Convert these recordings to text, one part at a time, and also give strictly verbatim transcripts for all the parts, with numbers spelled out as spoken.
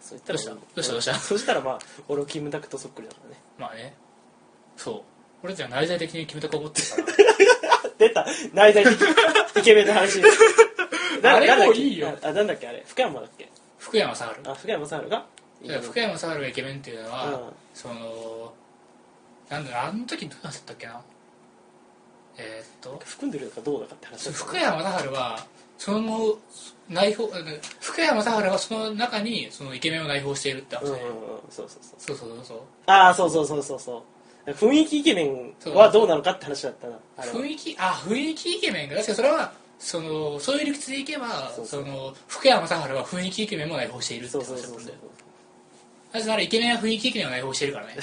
そう言ったらどうしたどうしたどうしたそしたらまあ俺をキムタクとそっくりだからね。 まあね、そう俺たちは内在的にキムタクを持ってるから出た内在的イケメンの話あれもういいよ。 あ、なんだっけあれ福山だっけ。 福山雅治。 あ、福山雅治がいや福山雅治がイケメンっていうのは、 うん、 そのなんだろう、あの時どうなってたっけな、えー、っと含んでるのかどうだかって話だった、ね、 福山雅治はその内包、福山雅治はその中にそのイケメンを内包しているって話ね、 うんうんうん、そうそうそうそうそうそう、 ああそうそうそうそうそう雰囲気イケメンはどうなのかって話だったな。 雰囲気あ雰囲気イケメンが確かにそれはそのそういう理屈でいけば、そうそう、その福山雅治は雰囲気イケメンも内包しているって話だったんだよ。なぜならイケメンは雰囲気イケメンを内包しているからね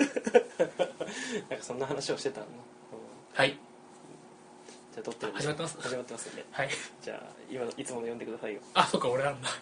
なんかそんな話をしてたの、うん、 はいじゃあ撮ってる始まってます始まってますんで、 はい、 じゃあ今いつもの読んでくださいよ。 あ、そっか俺なんだ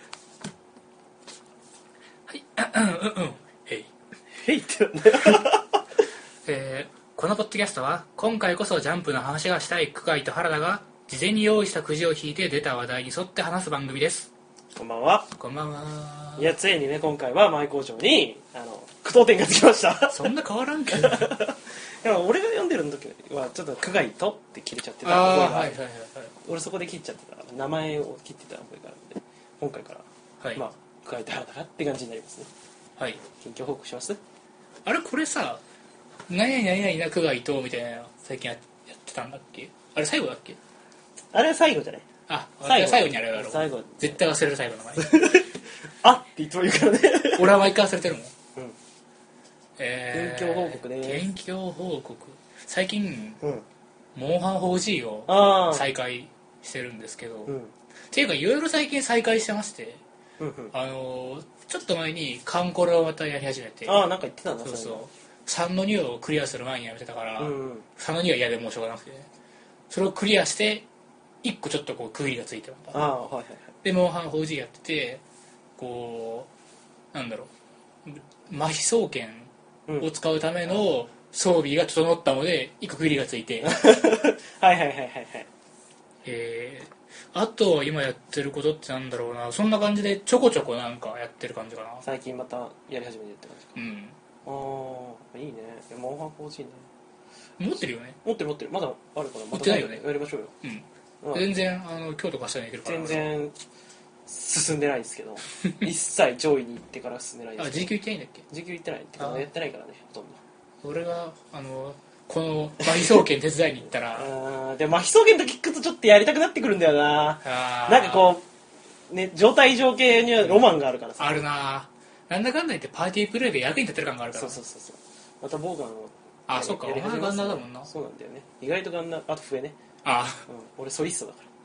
はいうんうんへいへいってなんだよえー、このポッドキャストは今回こそジャンプの話がしたい久海と原田が事前に用意したくじを引いて出た話題に沿って話す番組です。 こんばんは。 こんばんは。 いやついにね今回は前工場にあの句読点がつきましたそんな変わらんけどでも俺が読んでる時はちょっと久海とって切れちゃってた覚えがある、 あ、 はいはいはいはい、 俺そこで切っちゃってた名前を切ってた覚えがあるんで今回から、 はい、まあ久海と原田がって感じになりますね。 はい、 近況報告します。あれこれさ何々何々な久海とみたいな最近やってたんだっけ。あれ最後だっけ。 あれは最後じゃない。 あ、最後、最後にあれだろう。 最後絶対忘れる最後の名前あっていつも言うからね俺は毎回忘れてるもん、うん、 えー、近況報告ね。 近況報告最近、 うん、 モンハン フォージー を再開してるんですけど、うん、っていうかいろいろ最近再開してまして、うんうん、あのー、ちょっと前にカンコロをまたやり始めて、 ああなんか言ってたんだ。 そうそうさんのにをクリアする前にやめてたから、うんうん、さんのには嫌でもうしょうがなくて、それをクリアしていっこちょっとこう区切りがついてまた、 あ、はいはいはい、 でモンハン フォージー やってて、こうなんだろう麻痺双剣を使うための装備が整ったのでいっこ区切りがついてはいはいはいはいはい、 えー、あとは今やってることってなんだろうな、そんな感じでちょこちょこなんかやってる感じかな。 最近またやり始めてって感じか。うん、ああいいね。モンハン フォージー ね持ってるよね。 持ってる持ってる。まだあるからまた持ってないよね。 やりましょうよ。 うん、全然あの今日とか下にいけるから。 全然進んでないですけど一切上位に行ってから進んでないです。 あ ジーキュー 行ってないんだっけ。 ジーキュー 行ってないってかやってないからねほとんど。 俺があのこの麻痺双剣手伝いに行ったらあでも麻痺双剣と聞くとちょっとやりたくなってくるんだよな。なんかこうね状態異常系にはロマンがあるからさ。 あるな。なんだかんだ言ってパーティープレイで役に立ってる感があるから。 そうそうそうそう。またボーガンをあそっかお前ガンナーだもんな。 そうなんだよね。意外とガンナーあと笛ね。 あ、 うん、俺ソリストだから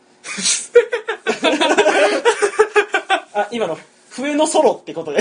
あ今の笛のソロってことで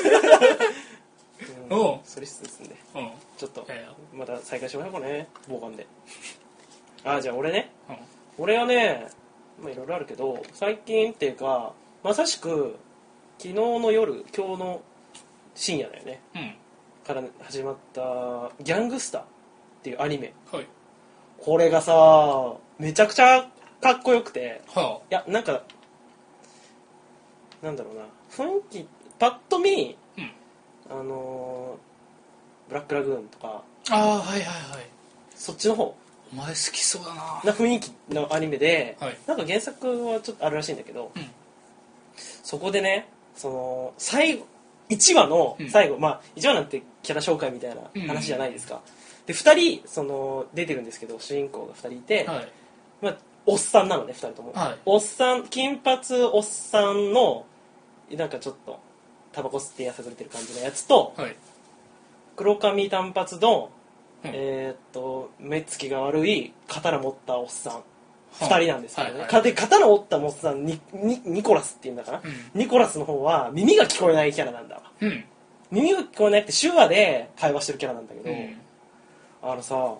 うん、ソリストですんで、うん、ちょっとまた再開しましょうかねボーガンで。あじゃあ俺ね、うん、俺はねまあいろいろあるけど最近っていうかまさしく昨日の夜今日の深夜だよね、うん、から始まったギャングスターっていうアニメ、はい、これがさめちゃくちゃかっこよくて、はあ、いやなんかなんだろうな雰囲気パッと見、うん、あのブラックラグーンとかああはいはいはいそっちの方お前好きそうだなな雰囲気のアニメで、はい、なんか原作はちょっとあるらしいんだけど、うん、そこでねその最後いちわの最後、うん、まあいちわなんてキャラ紹介みたいな話じゃないですか、うん、でふたりその出てるんですけど主人公がふたりいて、はい、まあおっさんなのねふたりとも、はい、おっさん金髪おっさんのなんかちょっとタバコ吸ってやさぐれてる感じのやつと、はい、黒髪短髪の、うん、えー、っと目つきが悪い刀持ったおっさんふたりなんですけどね、はいはいはい、で刀を折ったおっさんににニコラスっていうんだかな、うん、ニコラスの方は耳が聞こえないキャラなんだわ、うん、耳が聞こえなくて手話で会話してるキャラなんだけど、うん、あのさ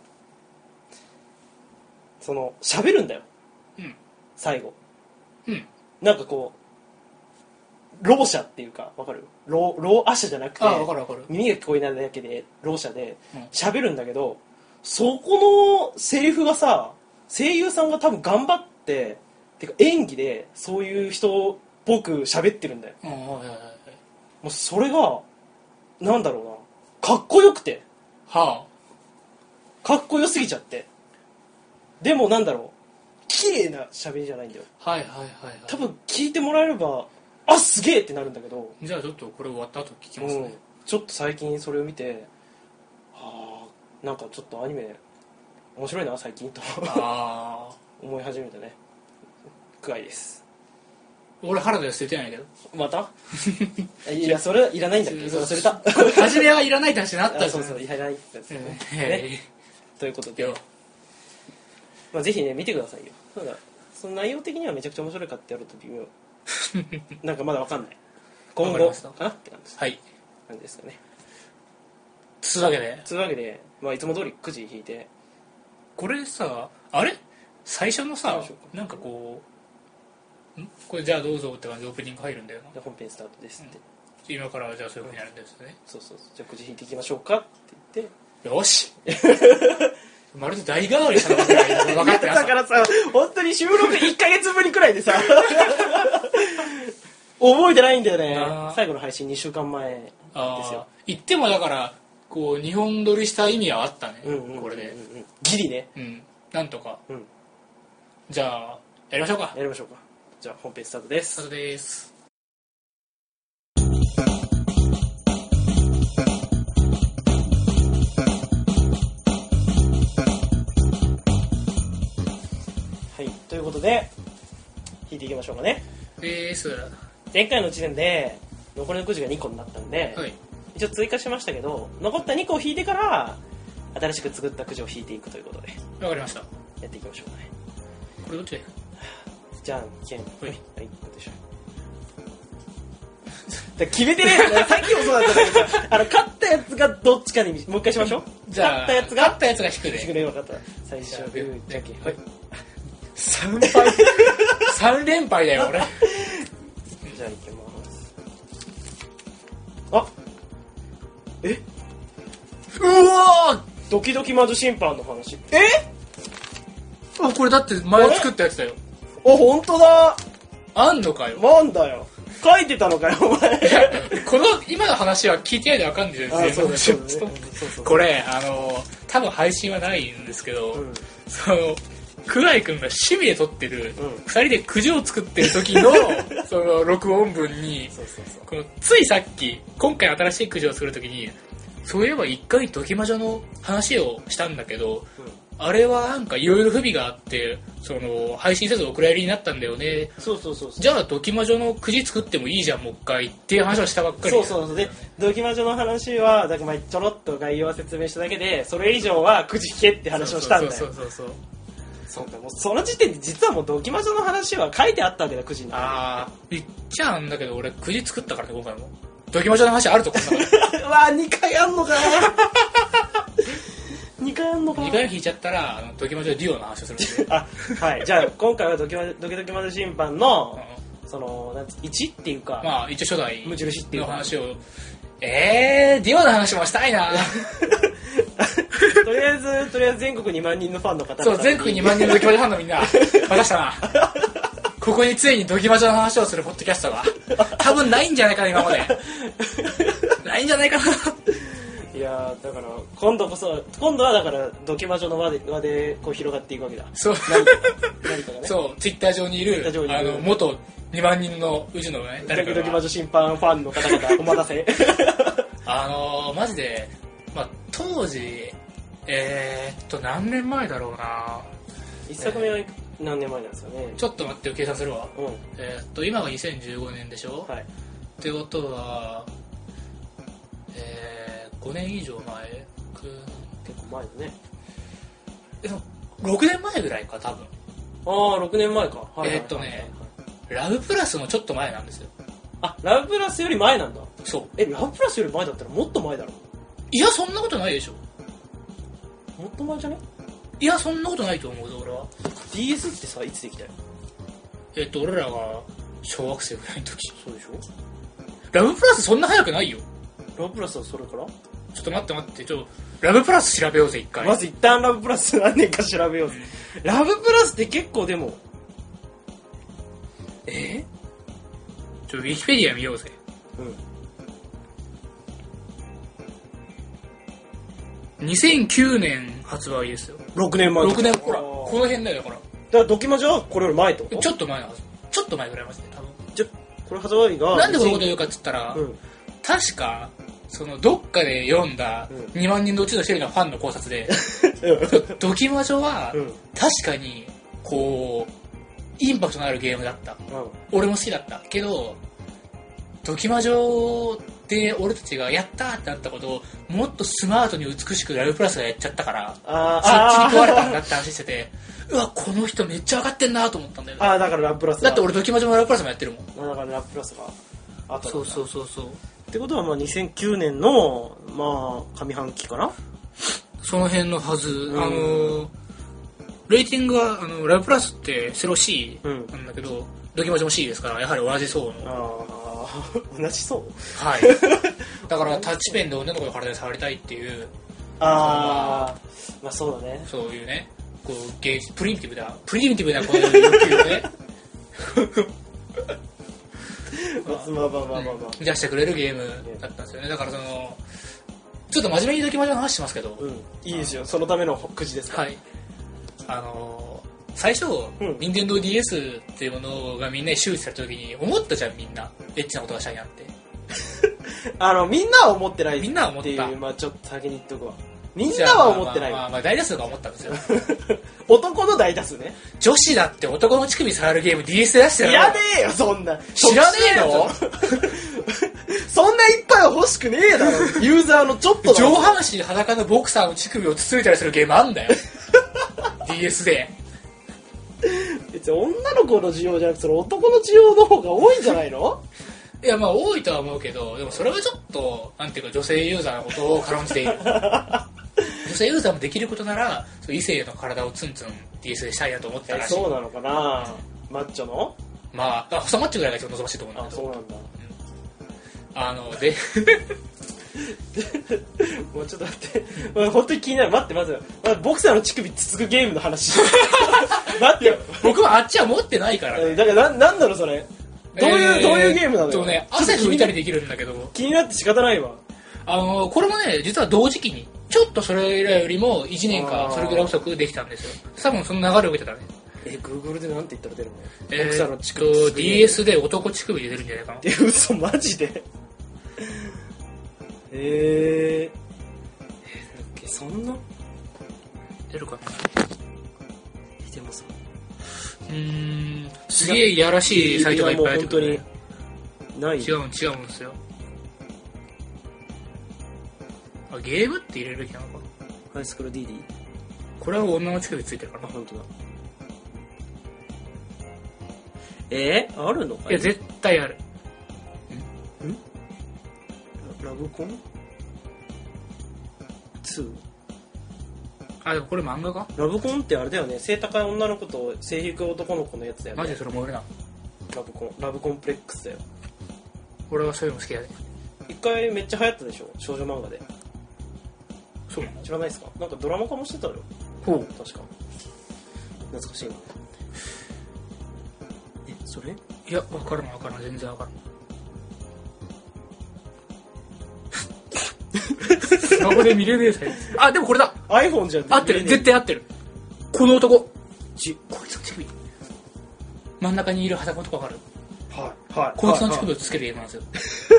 その喋るんだよ、うん、最後、うん、なんかこうろう者っていうかわかるろうろうあ者じゃなくて耳が聞こえないだけでろう者で喋るんだけど、うん、そこのセリフがさ声優さんが多分頑張っててか演技でそういう人っぽく喋ってるんだよ、うん、 もうそれがなんだろうな、かっこよくて、 はあ、かっこよすぎちゃって、でもなんだろう、綺麗な喋りじゃないんだよ。 はいはいはい、はい、 多分聞いてもらえればあすげえってなるんだけど、 じゃあちょっとこれ終わった後聞きますね、うん、 ちょっと最近それを見て、はあ、なんかちょっとアニメ面白いな最近とあ思い始めたねくらいです。 俺原田ですって言ってないけどまたいやそれはいらないんだっけど忘れた初めはいらないって話になったそうそういらないってやつ、ねね、ということで、まあ、ぜひね見てくださいよ。ただその内容的にはめちゃくちゃ面白いかって言われると微妙なんかまだわかんない。今後かなって感じです。 はい。 感じですかね。 つうわけで。 つうわけで、まあいつも通りくじ引いて。 これさ、あれ？最初のさ、なんかこう、ん？これじゃあどうぞって感じでオープニング入るんだよな。 じゃあ本編スタートですって。 うん、今からじゃあそういう風になるんですね。 そうそうそう。じゃあくじ引いていきましょうかって言って。 よし。まるで大変わりしたのか分かってなだからさ、本当に収録いっかげつぶりくらいでさ覚えてないんだよね。最後の配信にしゅうかんまえですよ。 言ってもだからこう日本撮りした意味はあったね、うんうんうんうん、これでギリね、 うん、なんとか、 うん、 じゃあやりましょうかやりましょうか。じゃあ本編スタートです。 スタートです。 ということで引いていきましょうかね。 です。 前回の時点で残りのくじがにこになったんで、はい、一応追加しましたけど、残ったにこを引いてから新しく作ったくじを引いていくということで、 わかりました。 やっていきましょうかね。 これどっちでじゃんけんはい、はい、はい、どうでしょう決めてねえさっきもそうだったんだけどさ、あの勝ったやつがどっちかにもう一回しましょう。 じゃあ勝ったやつが勝ったやつが引くで引くで分かった。最初グーじゃんけんはいさんぱいさん連敗だよ俺じゃあいきます。あえうわドキドキ魔女審判の話。えあこれだって前作ったやつだよ。 あ本当だ。 あんのかよ。 なんだよ書いてたのかよお前この今の話は聞いてないでわかんないですよね。これあの多分配信はないんですけど、うん、その久我井くんが趣味で撮ってる、うん、ふたりでくじを作ってる時のその録音文にそうそうそう、このついさっき今回新しいくじを作る時にそういえば一回ドキマジョの話をしたんだけど、うん、あれはなんかいろいろ不備があってその配信せずお蔵入りになったんだよね。 そうそうそうそう。 じゃあドキマジョのくじ作ってもいいじゃんもう一回っていう話をしたばっかり。 そうそうそう。でドキマジョの話はだからちょろっと概要は説明しただけでそれ以上はくじ引けって話をしたんだよ。 そうそうそうそうそう。 そうか、もうその時点で実はもうドキマジョの話は書いてあったわけだ、くじに。 ああ、言っちゃうんだけど俺くじ作ったからね今回も。ドキマジョの話あるとこんなのうわーにかいあんのかにかいあんのかにかい引いちゃったらあのドキマジョデュオの話をするんであ、はい、じゃあ今回はドキマドキドキマジョ審判の、うん、そのなんついちっていうかまあ一応初代無印っていうの話をえーデュオの話もしたいなとりあえずとりあえず全国にまんにんのファンの方そう全国にまんにんのドキマジョファンのみんな渡したなここについにドキマジョの話をするポッドキャストが多分ないんじゃないかな今までないんじゃないかないやだから今度こそ今度はだからドキマジョの輪で輪でこう広がっていくわけだ。 そう何か何かがね。 そうツイッター上にいるあの元にまんにんのうちのね誰かがドキマジョ審判ファンの方々お待たせあのー、マジで、まあ、当時えー、っと何年前だろうな。 一作目は何年前なんですかね。 ちょっと待って計算するわ、 うん、 えー、っと今がにせんじゅうごねんでしょ、はい、ってことは、えー、ごねん以上前結構前だね。 でもろくねんまえぐらいか多分。 ああろくねんまえか、 はいはいはいはい、えー、っとねラブプラスのちょっと前なんですよ。 あラブプラスより前なんだ。 そうえラブプラスより前だったらもっと前だろ。 いやそんなことないでしょ。 もっと前じゃね。 いやそんなことないと思うぞ俺は。 ディーエス ってさいつできたよ。 えっと俺らが小学生ぐらいの時。 そうでしょ。 ラブプラスそんな早くないよ。 ラブプラスはそれからちょっと待って待ってちょラブプラス調べようぜ一回。 まず一旦ラブプラス何年か調べようぜラブプラスって結構でもえちょウィキペディア見ようぜ。 うんにせんきゅうねん発売ですよ。 ろくねんまえ。 ろくねん、ほらこの辺だよ。だからだからドキマジはこれより前ってこと？ ちょっと前のはず。ちょっと前ぐらいまで多分。 じゃこれ発売がなんでこのこと言うかっつったら、 うん、 確かそのどっかで読んだにまんにんのうちの一人のファンの考察で、うん、ドキマジョは確かにこうインパクトのあるゲームだった、うん、俺も好きだったけど、ドキマジョで俺たちがやったーってなったことをもっとスマートに美しくラブプラスがやっちゃったから、あそっちに食われたんだって話してて、うわこの人めっちゃ上がってんなと思ったんだよね。 ああだからラブプラスだって俺ドキマジョもラブプラスもやってるもん。 だからラブプラスがあった。 そうそうそうそう。 ってことはまあにせんきゅうねんのまあ上半期かな、 その辺のはず。あのレーティングはあのラブプラスってセロ C なんだけど、うん、ドキマジも C ですからやはり同じ層の。 あ同じ層はいだからタッチペンで女の子の体で触りたいっていう、 ああまあそうだね、 そういうねこうゲープリミティブだプリミティブなこういう欲求をねまあまあまあまあまあ出してくれるゲームだったんですよね。だからそのちょっと真面目にドキマジョの話しますけど、 うん、いいですよ、そのためのくじですから。 はい、あのー、最初、うん、任天堂 ディーエス っていうものがみんなに周知された時に思ったじゃん、みんなエッチなことがしたいなってあのみんなは思ってないっていう、 みんなは思った、 まあ、ちょっと先に言っとくわ、みんなは思ってない、 まあまあまあまあ、大多数が思ったんですよ男の大多数ね。 女子だって男の乳首触るゲーム ディーエス で出してる。 知らねえよそんな。 知らねえのそんないっぱいは欲しくねえだろユーザーのちょっと上半身裸のボクサーの乳首をつついたりするゲームあんだよディーエス で。 別に女の子の需要じゃなくてその男の需要の方が多いんじゃないのいやまあ多いとは思うけど、でもそれはちょっとなんていうか女性ユーザーのことを軽んじている女性ユーザーもできることなら異性の体をツンツン ディーエス でしたいなと思ってたらしい。 そうなのかな、マッチョのまあ細マッチョぐらいが一番望ましいと思うんだけど。 あそうなんだ、 うん、あのでもうちょっと待って本当に気になる。待ってまず、まずボクサーの乳首つつくゲームの話待ってよ僕はあっちは持ってないから、ね、 だからななんなのそれどういう、えー、どういうゲームなのよ。 ね、汗拭いたりできるんだけど気になって仕方ないわ。 あのこれもね実は同時期にちょっとそれらよりもいちねんかそれぐらい遅くできたんですよ。多分その流れを受けてたね。 え、Google でなんて言ったら出るの？ えー、ボクサーの乳首 ディーエス で男乳首で出るんじゃないかな。 え、嘘マジでえー、えー、だっけそんな出るかな。 でもさうーんすげえいやらしいサイトがいっぱい出てくる、ね、 本当にない。 違うん違うんですよ。あゲームって入れるべきなのか。 ハイスクール ディーディーこれは女の乳首ついてるからな。 あ本当だ。えー、あるのかい。 いや絶対ある。 んんラブコンツー。 あでもこれ漫画か。 ラブコンってあれだよね、背高い女の子と性低い男の子のやつだよね。 マジでそれも俺な。 ラブコンラブコンプレックスだよ。 俺はそういうの好きだね。 一回めっちゃ流行ったでしょ少女漫画で。 そう知らないですか。なんかドラマ化もしてたのよ。 ほう確か懐かしいな。えそれいや分からん分からん全然分からんスマホで見れねえさあでもこれだ iPhone じゃ合ってる絶対合ってる。この男じこいつの乳首真ん中にいる裸の男分かる。 はいはいこいつの乳首をつけるゲームなんですよ。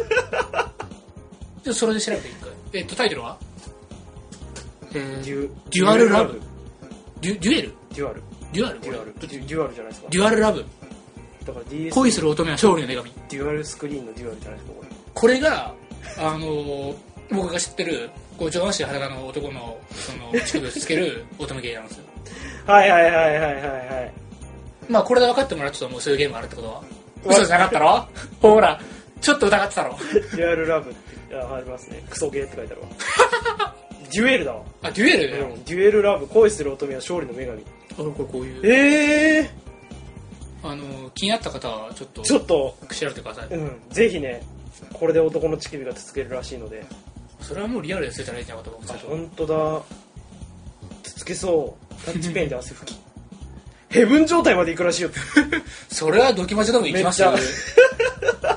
じゃあそれで調べていいかい。えっとタイトルはえー、デュデュアルラブデュデュエルデュアルデュアルデュアルデュアルじゃないですか。 デュアルラブだから ディーエス恋する乙女は勝利の女神。 デュアルスクリーンのデュアルじゃないですかこれ。 これがあのー、僕が知ってるこう上半身裸の男のその乳首をつける乙女ゲーなんですよ。 はいはいはいはいはいはい。 まあこれで分かってもらうともうそういうゲームあるってことは嘘じゃなかったろほらちょっと疑ってたろ。 デュアルラブってありますね。クソゲーって書いてあるわ。デュエルだわ。 あデュエルだよ、 うん、デュエルラブ恋する乙女は勝利の女神。 あこれこういうええー、あの気になった方はちょっとちょっと調べてください。 うんぜひねこれで男の乳首がつけるらしいので。 それはもうリアルでついたらいいんじゃなかったか。 あ本当だつつけそうタッチペンで汗拭きヘブン状態まで行くらしいよそれはドキマジでも行きますよ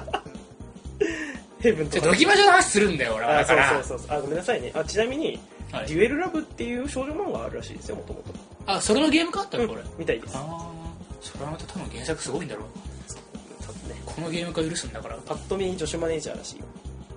ヘブンとかドキマジの話するんだよ俺は。だからそうそうそうそうあごめんなさいね。あちなみにはい、デュエルラブっていう少女漫画があるらしいですよ、もともと。 あ、それのゲーム化あったのこれ、うん、 みたいです。 ああ、それはまた多分原作すごいんだろう、 多分ね、 このゲーム化許すんだから。 パッと見女子マネージャーらしいよ。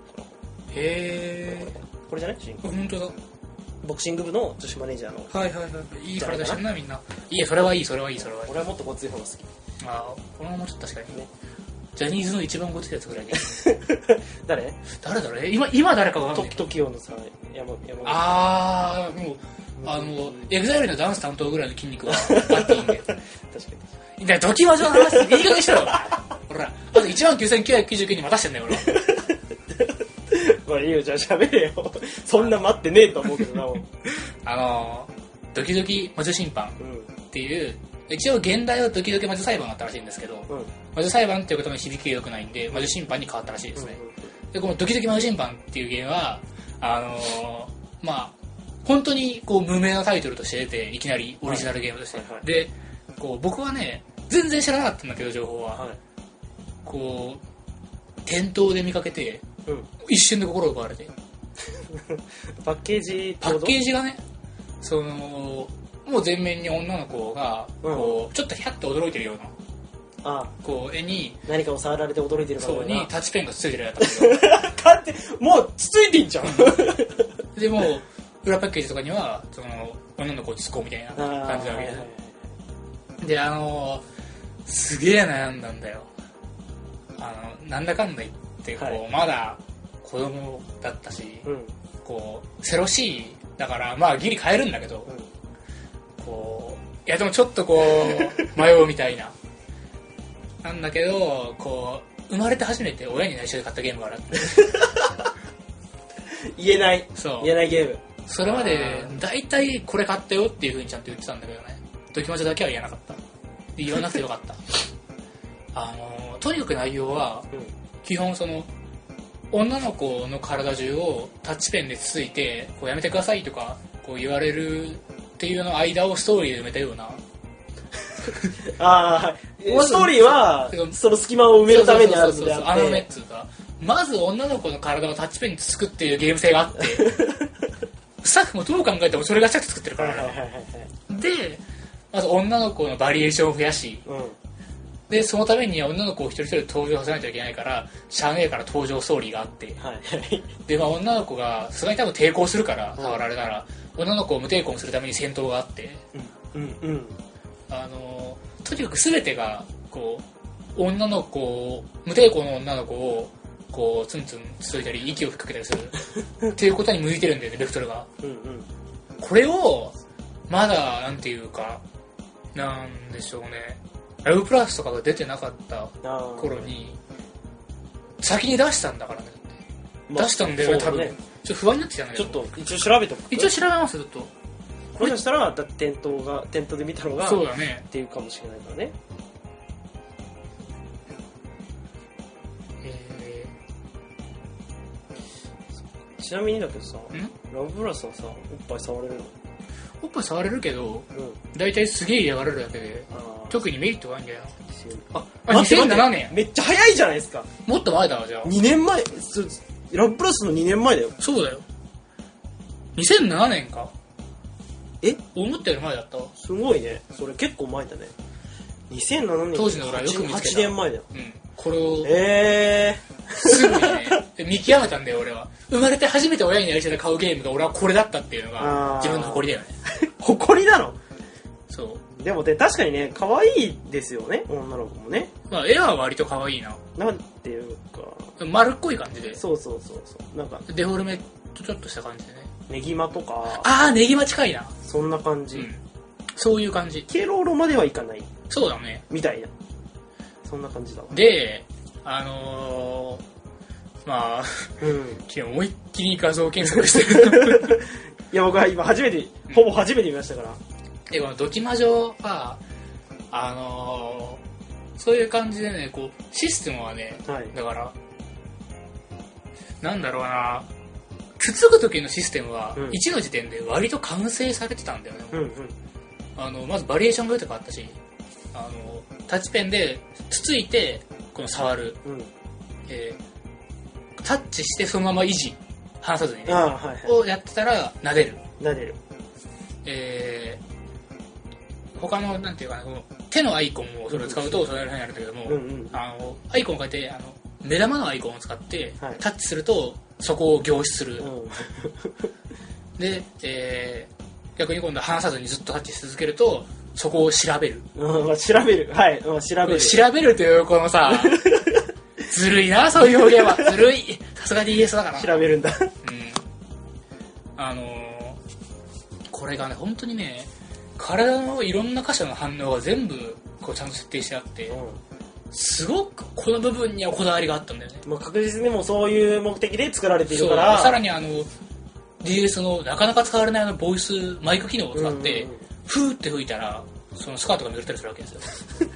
へえ、 これじゃない？ 本当だ、 ボクシング部の女子マネージャーの。 はいはいはい、いい体してんなみんな。いや、それはいい、それはいい、それはいい。 俺はもっとごつい方が好き。 ああ、俺ももうちょっと確かにね、ジャニーズの一番ごついやつぐらいで誰誰だろう、今今誰かわかんない。 トキオのさ、山山ああ、もうあのエグザイルのダンス担当ぐらいの筋肉はあっていいんだよ。確かに。だからドキマジの話いい加減にしろよ。ほら、あといちまんきゅうせんきゅうひゃくきゅうじゅうきゅうに待たしてんだよ俺は。 まあいいよ、じゃあ喋れよ。そんな待ってねえと思うけどな。 あのドキドキ魔女審判っていう、うん、一応現代はドキドキ魔女裁判があったらしいんですけど、うん、魔女裁判っていう言葉の響きが良くないんで魔女審判に変わったらしいですね、うんうんうん、でこのドキドキ魔女審判っていうゲームはあのー、まあ本当にこう無名なタイトルとして出て、いきなりオリジナルゲームとして、はいはいはい、でこう僕はね全然知らなかったんだけど情報は、はい、こう店頭で見かけて、うん、一瞬で心奪われてパッケージパッケージがね、そのもう全面に女の子がこう、うん、ちょっとヒャッと驚いてるような、ああこう絵に何かを触られて驚いてるかのような、そうにタッチペンがつついてるやつだけどだってもうつついてんじゃんでも裏パッケージとかにはその女の子をつこうみたいな感じなわけです、はい、であのすげえ悩んだんだよ。あのなんだかんだ言ってこう、はい、まだ子供だったし、うん、こうセロ C だからまあギリ買えるんだけど、うん、こういやでもちょっとこう迷うみたいななんだけどこう生まれて初めて親に内緒で買ったゲームがある言えないそう言えないゲーム。 それまで大体これ買ったよっていう風にちゃんと言ってたんだけどね、ドキマジだけは言わなかった。言わなくてよかったあのとにかく内容は、うん、基本その女の子の体中をタッチペンでつついてこうやめてくださいとかこう言われるっていうの間をストーリーで埋めたようなああストーリーはその隙間を埋めるためにあるんであって、 あのねっつうかまず女の子の体をタッチペンにつつくっていうゲーム性があってスタッフもどう考えてもそれがしたくて作ってるから、はいはいはいはい、でまず女の子のバリエーションを増やし、うん、でそのためには女の子を一人一人登場させないといけないからシャン A から登場ストーリーがあって、はい、で、まあ、女の子がさすがに多分抵抗するから触られたら、うん、女の子を無抵抗にするために戦闘があって、うんうんうん、あのとにかく全てがこう女の子無抵抗の女の子をこうツンツンつついたり息を吹きかけたりするっていうことに向いてるんだよねベクトルが、うんうん、これをまだなんていうかなんでしょうねラブプラスとかが出てなかった頃に先に出したんだからね、まあ、出したんだよね多分ねちょっと不安になってきたんだけどちょっと一応調べても一応調べますずっともしかしたら店頭が店頭で見たのがそうだねっていうかもしれないからね。ちなみにだけどさ、ラブプラスはさ、おっぱい触れるの？ おっぱい触れるけど、だいたいすげえ嫌がられるだけで、特にメリットがないんだよ。 あ、あにせんななねんめっちゃ早いじゃないですか。 もっと前だわ、じゃあ。 にねんまえ、ラブプラスのにねんまえだよ。 そうだよ。にせんななねんか。 え？ 思ったより前だったわ。 すごいね。それ結構前だね。にせんななねん当時の俺はよく見つけた。 はちねんまえだよ。 うん。これを。 えー。 すぐにね、見極めたんだよ俺は。生まれて初めて親に内緒で買うゲームが俺はこれだったっていうのが自分の誇りだよね。 誇りなの？ そう。 でもね、確かにね、可愛いですよね、女の子もね。 まあ絵は割と可愛いな。 なんていうか。 丸っこい感じで。 そうそうそうそう。なんか。 デフォルメとちょっとした感じでね。 ネギマとか。 ああ、ネギマ近いな。 そんな感じ。うん、 そういう感じ。 ケロロまではいかない。 そうだね。 みたいな。そんな感じだわ。 で、あのー、まあ、うん、思いっきり画像検索してるいや僕は今初めて、うん、ほぼ初めて見ましたから。 でこのドキマジョはあのー、そういう感じでね、こうシステムはね、はい、だからなんだろうな、くっつく時のシステムは、うん、いちの時点で割と完成されてたんだよね、うんうん、あのまずバリエーションが豊かあったし、あのタッチペンでつついてこの触る、うん、えー、タッチしてそのまま維持離さずにね、はいはい、をやってたら撫でる、 なれる。 えー、他のなんていうかな、この手のアイコンをそれを使うとそれになるんだけども、うんうん、あのアイコンを変えてあの目玉のアイコンを使ってタッチするとそこを凝視する、うん、で、えー、逆に今度離さずにずっとタッチし続けるとそこを調べる、 うん、まあ、調べる、はい、まあ、調べる調べるというこのさずるいな、そういう表現はずるい、さすが ディーエス だから調べるんだ、うん、 あのー、これがね本当にね体のいろんな箇所の反応が全部こうちゃんと設定してあって、うん、すごくこの部分にはこだわりがあったんだよね。 もう確実にもうそういう目的で作られているから、 さらにあの ディーエス のなかなか使われないあのボイスマイク機能を使って、うんうんうん、フーって吹いたらそのスカートがめくれたりするわけですよ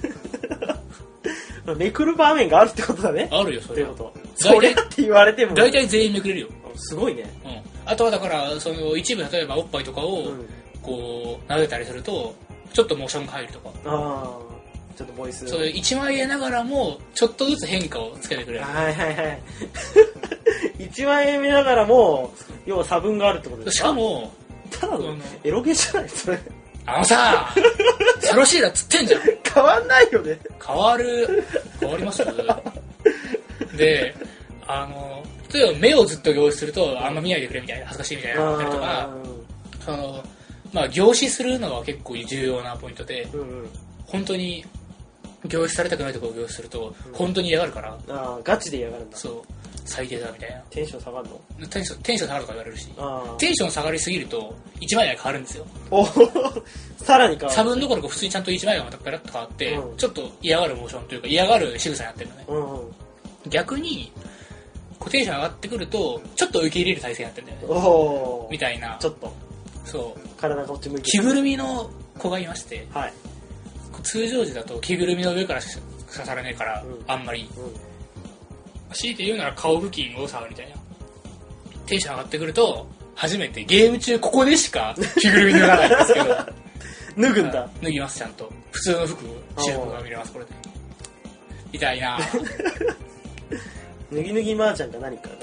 めくる場面があるってことだね。 あるよそれは。 ってことそれって言われても大体全員めくれるよ。 すごいね、 うん、あとはだからその一部例えばおっぱいとかをこう撫でたりするとちょっとモーションが入るとか、 あちょっとボイスそういう一枚絵ながらもちょっとずつ変化をつけてくれる。 はいはいはい一枚絵見ながらも要は差分があるってことですか。 しかもただのエロゲじゃないそれ。 あのさサロシーラつってんじゃん。 変わんないよね。 変わる変わりますで、あの例えば目をずっと凝視するとあんま見ないでくれみたいな、恥ずかしいみたいなのとか、そのまあ凝視するのは結構重要なポイントで、うんうん、本当に凝視されたくないところを凝視すると本当に嫌がるから、 うん、あガチで嫌がるんだ。 そう最低だみたいな。 テンション下がるの？ テンションテンション下がるとか言われるし、テンション下がりすぎると一枚絵が変わるんですよ。 おさらに変わる。 差分どころか普通にちゃんと一枚絵がまたペラッと変わって、うん、ちょっと嫌がるモーションというか嫌がる仕草になってるのね、うんうん、逆にこうテンション上がってくるとちょっと受け入れる体勢になってるんだよね。おみたいな。 ちょっとそう体がこっち向いて着ぐるみの子がいまして、 はい、 通常時だと着ぐるみの上からしか刺されねえから、うん、あんまり、うん、強いて言うなら顔付近を触るみたいな。テンション上がってくると初めてゲーム中ここでしか着ぐるみ脱がないんですけど脱ぐんだ。 脱ぎますちゃんと。普通の服私服が見れますこれで。みたいな脱ぎ脱ぎマーちゃんか何か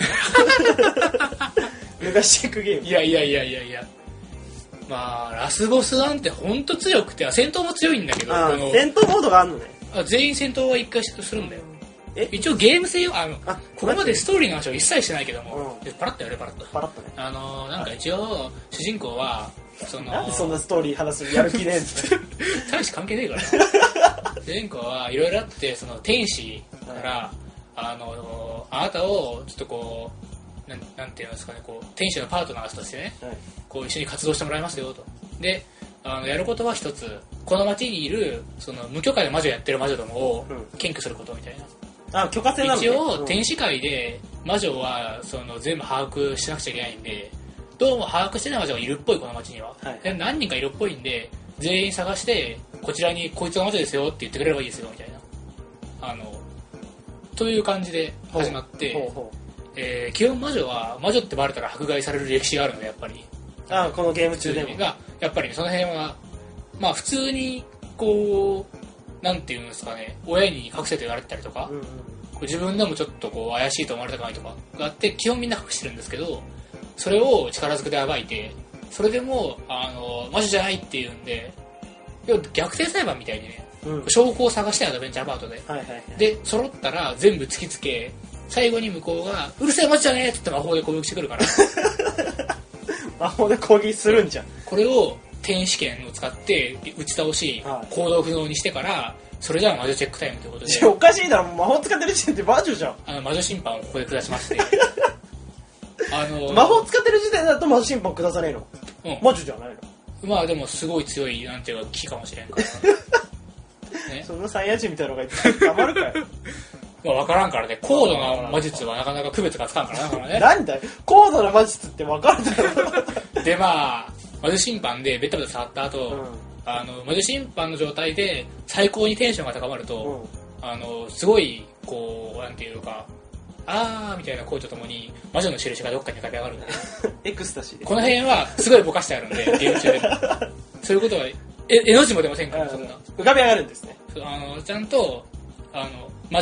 脱がしていくゲーム。 いやいやいやいやいや、まあラスボスなんてほんと強くて、戦闘も強いんだけど、 あ戦闘モードがあるのね。 あ全員戦闘は一回するんだよ。え一応ゲーム性あのあここまでストーリーの話を一切してないけども、うん、パラッとやれパラッとパラッとね。 あのなんか一応主人公はそのなんでそんなストーリー話すのやる気ねえって大して関係ねえから主人公はいろいろあって、その天使から、はい、あのあなたをちょっとこう な, なんていうんですかね、こう天使のパートナーとしてね、はい、こう一緒に活動してもらいますよと。であのやることは一つ、この街にいるその無許可で魔女やってる魔女どもを検挙することみたいな、 うん、あ許可制なのね。 一応天使界で魔女はその全部把握しなくちゃいけないんで、どうも把握してない魔女がいるっぽいこの街には、はい、で何人かいるっぽいんで全員探してこちらにこいつが魔女ですよって言ってくれればいいですよみたいな、あのという感じで始まって、ほうほうほう、えー、基本魔女は魔女ってバレたら迫害される歴史があるので、やっぱりあこのゲーム中でもがやっぱり、ね、その辺はまあ普通にこうなんていうんですかね、親に隠せと言われてたりとか、うんうん、こう自分でもちょっとこう怪しいと思われたくないとかがあって基本みんな隠してるんですけど、それを力ずくで暴いて、それでもあの魔女じゃないっていうんで、要は逆転裁判みたいにね、うん、証拠を探してアドベンチャーパートで、はいはいはい、で揃ったら全部突きつけ、最後に向こうがうるせえ魔女じゃねえって言って魔法で攻撃してくるから魔法で攻撃するんじゃん。 これを天使剣を使って打ち倒し、はい、行動不能にしてから、それじゃあ魔女チェックタイムということで、 おかしいだろ、魔法使ってる時点で魔女じゃん。 あの魔女審判をここで下しましてあの魔法使ってる時点だと魔女審判下さねえの、うん、魔女じゃないの。 まあでもすごい強いなんていうか木かもしれんからね、そのサイヤ人みたいなのがいてたまるかよまあ分からんからね、高度な魔術はなかなか区別がつかんからなからねなんだよ高度な魔術って分かるだろでまあ魔女審判でベタベタ触った後、うん、あの魔女審判の状態で最高にテンションが高まると、うん、あのすごいこうなんていうかあーみたいな声とともに魔女の印がどっかに浮かび上がるんでエクスタシーでこの辺はすごいぼかしてあるんでゲーム中でもそういうことはえ絵の字も出ませんから、そんな浮かび上がるんですね。 あのちゃんとあの魔女の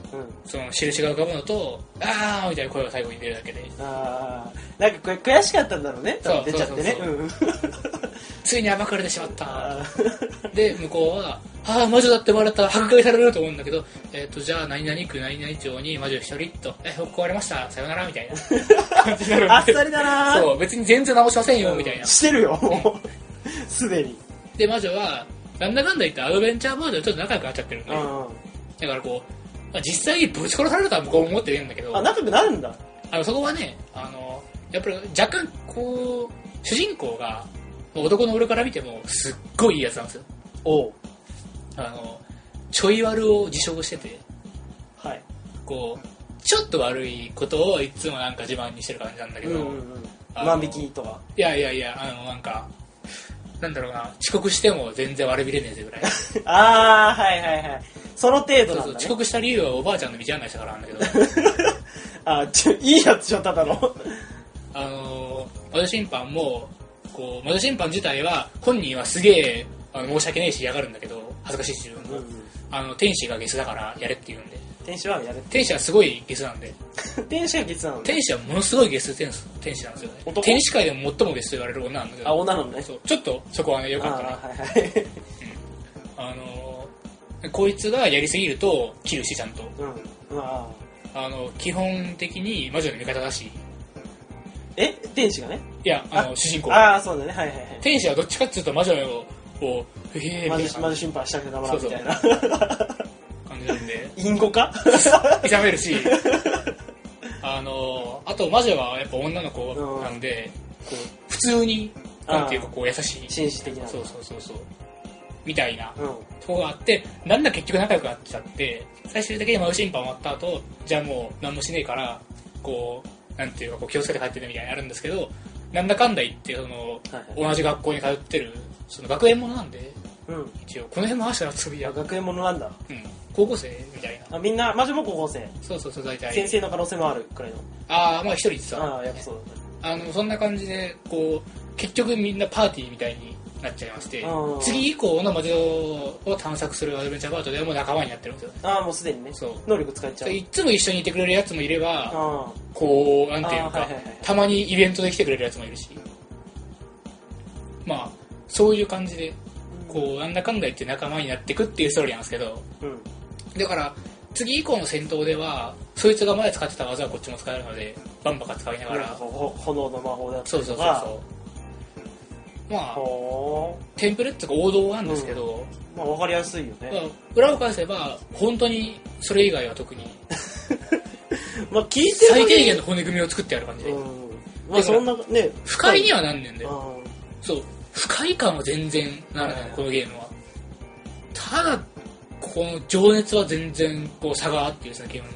その印が浮かぶのとあーみたいな声が最後に出るだけで、 ああなんかこれ悔しかったんだろうね、多分出ちゃってね、 ついに暴かれてしまったで向こうはああ魔女だってバレた、迫害されると思うんだけど、えっ、ー、とじゃあ何々区何々町に魔女一人とえ壊れましたさよならみたいな感じになるんであっさりだな。 そう別に全然直しませんよみたいな、 してるよもうすでに。 で魔女はなんだかんだ言ってアドベンチャーバージョンちょっと仲良くなっちゃってるんで、だからこう、まあ、実際にぶち殺されるとは向こうも思ってるんだけど、 あ仲良くなるんだ。 あのそこはねあのやっぱり若干こう主人公が男の俺から見てもすっごいいいやつなんですよ。 おうあのちょい悪を自称してて、 はい、 こうちょっと悪いことをいつもなんか自慢にしてる感じなんだけど、うんうんうん、 万引きとかいやいやいやあのなんかなんだろうな遅刻しても全然悪びれねえぜぐらいああはいはいはいその程度なんだ、ね、そうそう遅刻した理由はおばあちゃんの道案内したからなんだけどあちょいいやつじゃただのあの魔女審判もこう魔女審判自体は本人はすげえあの申し訳ないし嫌がるんだけど恥ずかしいし自分も、うんうん、あの天使がゲスだからやれって言うんで、 天使はやれ天使はすごいゲスなんで天使はゲスなの、ね、 天使はものすごいゲス天天使なんですよね。天使界でも最もゲスと言われる女なんだけど、 あ女なのね。 そうちょっとそこはねよかったな。あ、はいはい、うん、あのこいつがやりすぎると切るしちゃんと、うん、ああの基本的に魔女の味方だし。 え天使がね、 いやあの主人公ああそうだねはいはいはい。 天使はどっちかっていうと魔女をこうへえ魔女審判したくてたまらんみたいなそうそう感じなんでインコか痛めるしあのあと魔女はやっぱ女の子なんで、うん、こう普通になんていうかこう優しい紳士的なそうそうそうそうみたいなとこがあって、なんだ結局仲良くなっちゃって最終的に魔女審判終わった後じゃあもう何もしねえからこうなんていうかこう気をつけて帰ってねみたいになるんですけど、なんだかんだ言ってその、はいはい、同じ学校に通ってるその学園ものなんで、うん、一応この辺回したらつぶや学園ものなんだ、 うん、高校生みたいな。 あみんな魔女も高校生。 そうそうそう大体先生の可能性もあるくらいの。 ああまあ一人実はああやっぱそうだ、 ね、あのそんな感じでこう結局みんなパーティーみたいになっちゃいまして、次以降の魔女を探索するアドベンチャーパートではもう仲間になってるんですよ。 ああもうすでにねそう能力使っちゃう。 いつも一緒にいてくれるやつもいればこうなんていうか、はいはいはい、たまにイベントで来てくれるやつもいるし、まあそういう感じでこうなんだかんだ言って仲間になっていくっていうストーリーなんですけど、うん、だから次以降の戦闘ではそいつが前使ってた技はこっちも使えるのでバンバカ使いながら、 うん、炎の魔法だったりとか、そうそうそうそうまあテンプレっていうか王道なんですけど、 うん、まあ分かりやすいよね。まあ、 裏を返せば本当にそれ以外は特にまあ聞いて最低限の骨組みを作ってやる感じで、うん、 まあそんなね不快にはなんねんだよ。そう不快感は全然ならない、はい、このゲームは。ただこの情熱は全然こう差があっていうですねゲーム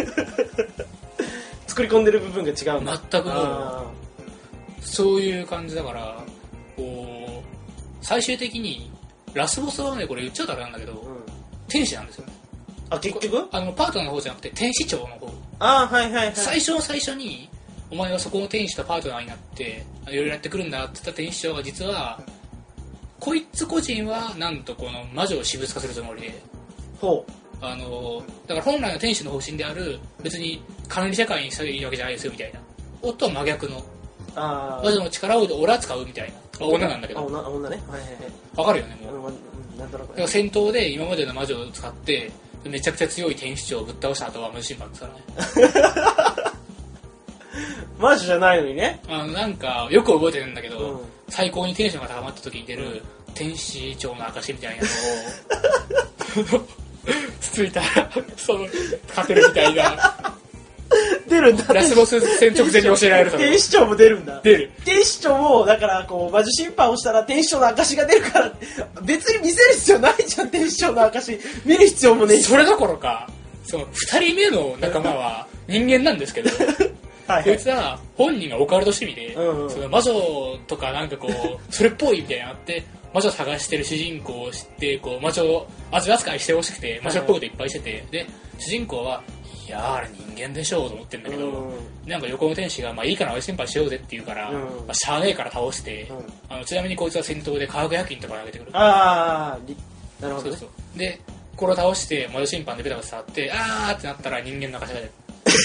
作り込んでる部分が違うんだ。 全くもうそういう感じだからこう最終的にラスボスはねこれ言っちゃうとあれなんだけど、うん、天使なんですよね。 あ結局あのパートナーの方じゃなくて天使長の方。 あはいはいはい。 最初の最初にお前はそこの天使とパートナーになっていろいろやってくるんだって言った天使長が実はこいつ個人はなんとこの魔女を私物化するつもりで、ほうあのだから本来の天使の方針である別に管理社会にしたらいいわけじゃないですよみたいな夫は真逆のあ魔女の力を俺は使うみたいな女なんだけど。 女女ねはいはいはいわかるよねもう、うん、なんだろうだから戦闘で今までの魔女を使ってめちゃくちゃ強い天使長をぶっ倒した後は魔女審判ですからね魔女じゃないのにね。 あのなんかよく覚えてるんだけど、うん、最高にテンションが高まった時に出る、うん、天使長の証みたいなのをつついたらその勝てるみたいな出るんだ。 ラスボス戦直前に教えられる。 天使長も出るんだ。 出る。 天使長もだからこう魔女審判をしたら天使長の証が出るから別に見せる必要ないじゃん。天使長の証見る必要もねえ。 それどころかそのふたりめの仲間は人間なんですけどはい、こいつは本人がオカルト趣味で、うんうん、その魔女とかなんかこうそれっぽいみたいなのあって魔女を探してる主人公を知ってこう魔女を扱いしてほしくて魔女っぽいこといっぱいしてて、で主人公はいやーあれ人間でしょうと思ってるんだけど、うん、なんか横の天使がまあいいから俺心配しようぜって言うから、うんまあ、しゃあねえから倒して、うん、あのちなみにこいつは戦闘で化学薬品とか投げてくる。 ああなるほど、ね、そうそうでこ倒して魔女審判でベタベタ触ってあーってなったら人間の証が出る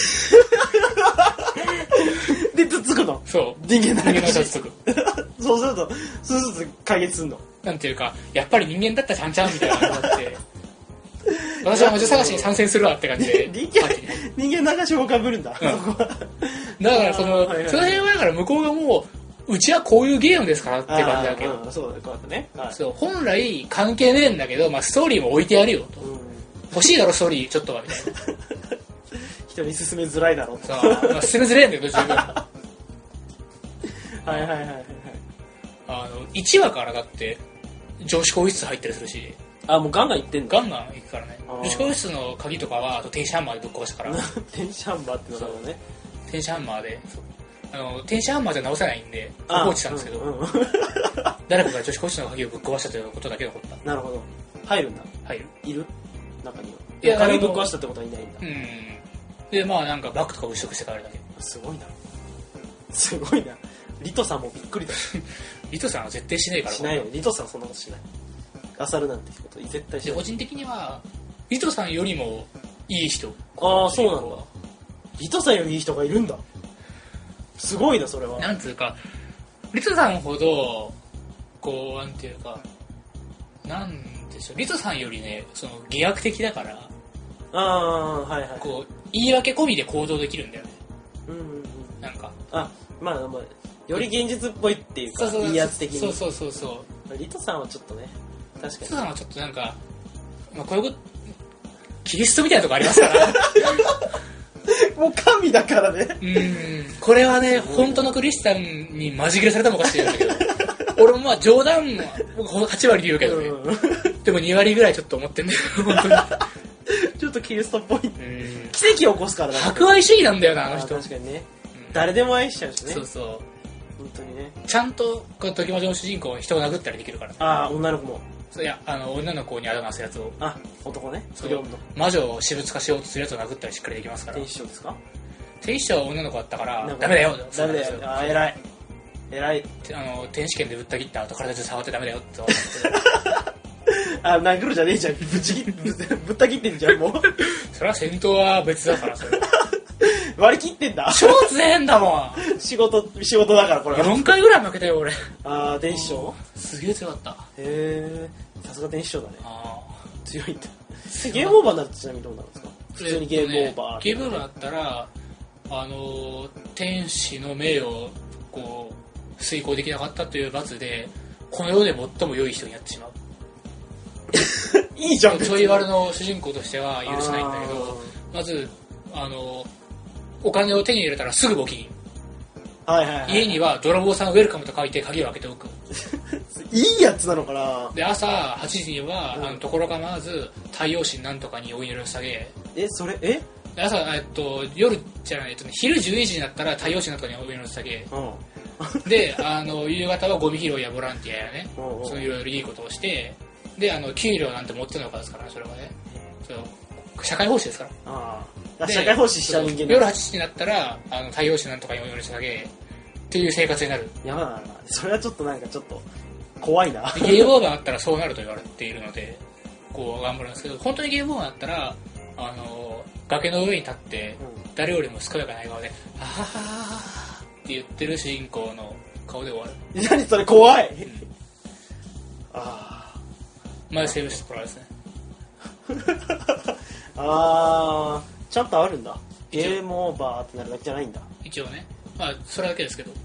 でつっつくの。 そう人間の証つっつくそうするとそうすると解決するの。 なんていうかやっぱり人間だったらちゃんちゃんみたいな感じになって私は魔女探しに参戦するわって感じで人間人間の証をかぶるんだ、うん、そこはだからその、はいはいはい、その辺はだから向こうがもううちはこういうゲームですからって感じだけど、 うん、そうこうやってね、はい、 そう本来関係ねえんだけど、まあ、ストーリーも置いてやるよと、うん、欲しいだろストーリーちょっとはみたいな人に進めづらいだろそう、まあ、進めづらいんだけど十分はいはいはいはいはいあのいちわからだって女子更衣室入ったりするしあもうガンガン行ってんのガンガン行くからね女子更衣室の鍵とかはあと天使ハンマーでぶっ壊したから天使ハンマーってのだろうね天使ハンマーであの天使ハンマーじゃ直せないんで放置したんですけど、うんうん、誰かが女子更衣室の鍵をぶっ壊したということだけ残ったなるほど入るんだ入るいる中にはいや鍵ぶっ壊したってことはいないんだうんでまあなんかバッグとか物色して帰るだけすごいなすごいなリトさんもびっくりだリトさんは絶対しないからしないよリトさんそんなことしないあさるなんてこと絶対しない個人的にはリトさんよりもいい人ああそうなんだリトさんよりいい人がいるんだすごいなそれはなんつうかリトさんほどこうなんていうかなんでしょうリトさんよりねその偽悪的だからああはいはいこう言い訳込みで行動できるんだよねうんうんうんなんかあまあまあより現実っぽいっていうかいいやつ的にそうそうそうそうリトさんはちょっとね確かにリトさんはちょっとなんか、まあ、こういうことキリストみたいなとこありますからもう神だからねうんこれはね本当のクリスチャンにまじ切れされたもおかしいんだけど俺もまあ冗談ははち割で言うけどね、うん、でもに割ぐらいちょっと思ってんだよ本当にちょっとキリストっぽい奇跡を起こすからね博愛主義なんだよなあの人確かにね、うん、誰でも愛しちゃうしねそうそう本当にねちゃんとこの時魔女の主人公は人を殴ったりできるからああ女の子もそういやあの女の子にあだ名するやつをあ男ねそう魔女を私物化しようとするやつを殴ったりしっかりできますから天使長ですか天使長は女の子だったからダメだよダメだよああ偉い偉いあの天使剣でぶった切った後体中触ってダメだよってあ殴るじゃねえじゃんぶちぶぶった切ってんじゃんもうそれは戦闘は別だからそれ割り切ってんだ超強えんだもん仕事仕事だからこれよんかいぐらい負けたよ俺ああ天使長すげえ強かったへえさすが天使長だねあ強いんだゲームオーバーになるとちなみにどうなるんですか普通にゲームオーバー、 ね、ゲームオーバーだったらあの天使の命をこう遂行できなかったという罰でこの世で最も良い人にやってしまういいじゃんちょい悪の主人公としては許せないんだけどまずあのお金を手に入れたらすぐ募金、 はいはいはい、 家には泥棒さんウェルカムと書いて鍵を開けておくいいやつなのかなで朝はちじには、うん、あのところ構わず太陽神なんとかにお祈りを下げえそれえ朝、えっと、夜じゃない、えっとね、昼じゅういちじになったら太陽神なんとかにお祈りを下げ、うん、であの夕方はゴミ拾いやボランティアやね、うんうん、そういういろいろいいことをしてであの給料なんて持ってるのかですから、ね、それはねそう社会奉仕ですからああ社会奉仕しちゃう人間夜はちじになったらあの太陽神なんとかにお祈り下げっていう生活になる。 やばなそれはちょっとなんかちょっと怖いなゲームオーバーあったらそうなると言われているのでこう頑張るんですけど本当にゲームオーバーあったらあの崖の上に立って誰よりも健やかな笑顔で「あははは」って言ってる主人公の顔で終わる。 何それ怖い、うん、 ああまだセーブしてもらうですねあーちゃんとあるんだゲームオーバーってなるだけじゃないんだ一応ねまあそれだけですけど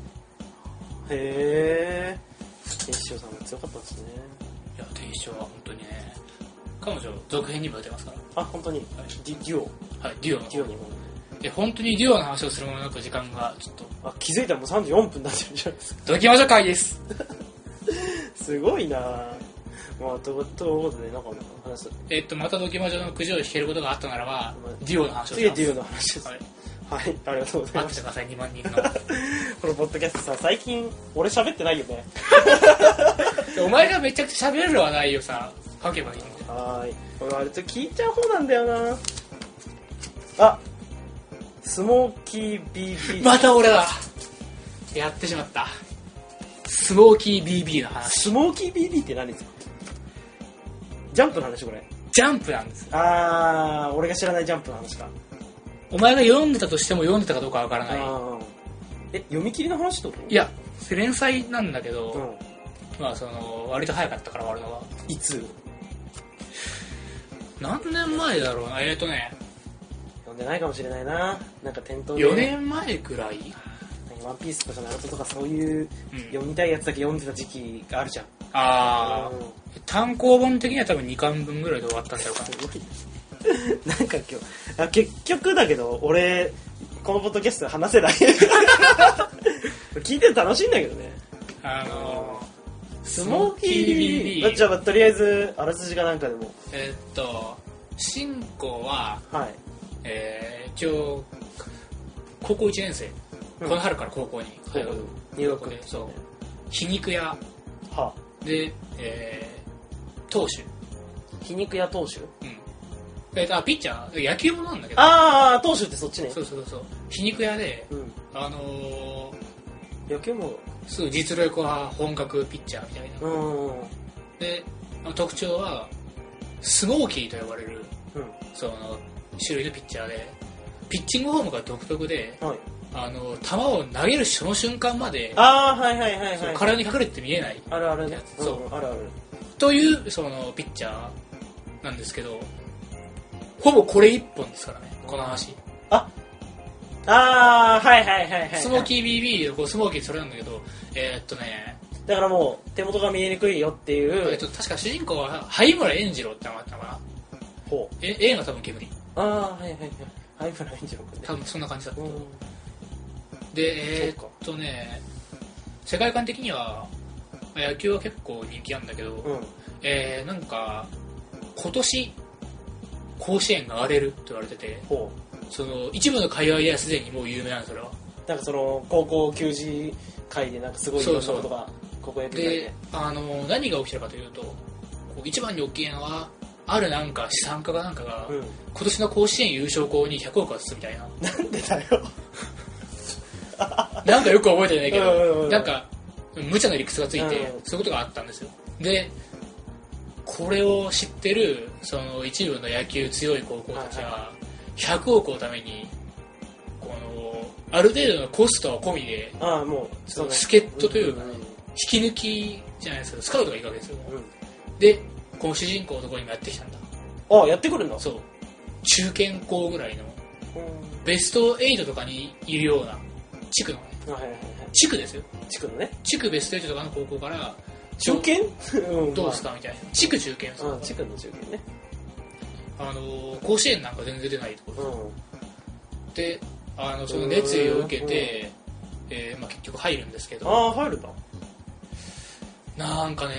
へえ天使長さんが強かったんですね。 いや天使長は本当にね彼女続編にも出てますからあ本当に、はい、デュオはいデュオのデュオにもで本当にデュオの話をするものなく時間がちょっとあ気づいたらもうさんじゅうよんぷんになってるじゃないですかドキ魔女会ですすごいなまあということでなんか話すえっとまたドキ魔女のくじを引けることがあったならば、まあ、デュオの話をします次はデュオの話です、はいはい、ありがとうございます。 待ってください、にまんにんの。 このポッドキャストさ、最近、俺喋ってないよね。 お前がめちゃくちゃ喋れる話題をさ、書けばいいんだよ。 はーい。俺、あれちょっと聞いちゃう方なんだよな。あ、スモーキー ビービー。 また俺だ。やってしまった。スモーキー ビービー の話。 スモーキー ビービー って何ですか？ジャンプの話これ。 ジャンプなんです。 ああ、俺が知らないジャンプの話か。 お前が読んでたとしても読んでたかどうかわからない。 え、読み切りの話ってこと？ いや、連載なんだけど、 うん、 まあその割と早かったから終わるのは。 いつ？ 何年前だろうな。えっ、ー、とね、 読んでないかもしれないな。なんか店頭でよねんまえくらい。 ワンピースとかナルトとかそういう読みたいやつだけ読んでた時期があるじゃん。 ああ、うん、単行本的には多分にかんぶんぐらいで終わったんちゃうかな。なんか今日あ結局だけど俺このポッドキャストで話せない聞いてて楽しいんだけどね。 あのー、スモーキー ビービー じゃあとりあえずあらすじかなんかでも。 えー、っと進行は、 はい、 えー、一応高校いちねん生、うん、この春から高校に通う入学で、 そう皮肉屋、はあ、で、えー、投手皮肉屋投手、うん、 えー、あピッチャー野球もなんだけど、 ああ投手ってそっちね。 そうそうそう皮肉屋で、うん、あのー、 野球もすぐ実力派本格ピッチャーみたいな、うん、で特徴はスモーキーと呼ばれる、うん、その種類のピッチャーでピッチングフォームが独特で、はい、あの球を投げるその瞬間まで、 あーはいはいはいはい、 体に隠れて見えないあるあるね、 そう、 うん、あるあるというそのピッチャーなんですけど、ほぼこれ一本ですからねこの話。 ああーはいはいはいはい、はい、 スモーキー ビービー こうスモーキーそれなんだけど、えー、っとねだからもう手元が見えにくいよっていう、 えっと、確か主人公は灰村塩次郎って名前だったのかな。ほうえ映画多分煙。 ああはいはいはい灰村塩次郎くんね、 多分そんな感じだった、うん、でえー、っとね世界観的には野球は結構人気なんだけど、うん、えー、なんか今年甲子園が荒れると言われてて、ほうその一部の界隈ではすでにもう有名なんですそれは。 なんかその高校球児会でなんかすごいいろんなことがここやってたりで、あの何が起きたかというと、こう一番に大きいのはあるなんか資産家がなんかが、うん、今年の甲子園優勝校にひゃくおく渡すみたいな。 なんでだよなんかよく覚えてないけど、うんうんうん、なんか無茶な理屈がついて、うん、そういうことがあったんですよ。でこれを知ってるその一部の野球強い高校たちはひゃくおくをためにこのある程度のコストは込みで、ああもうその助っ人というか、ね、うんうん、引き抜きじゃないですけどスカウトがいくわけですよ、うん、でこの主人公のところにもやってきたんだ。 ああやってくるんだ。 そう中堅校ぐらいのベストはちとかにいるような地区のね、はいはいはい、地区ですよ地区のね地区ベストはちとかの高校から中堅どうすかみたいな地区中堅、 うん、地区の中堅ね、 あのー、甲子園なんか全然出てないところ、うん、であのその熱意を受けて、えーまあ、結局入るんですけど、 ああ入るんだ。 なんかね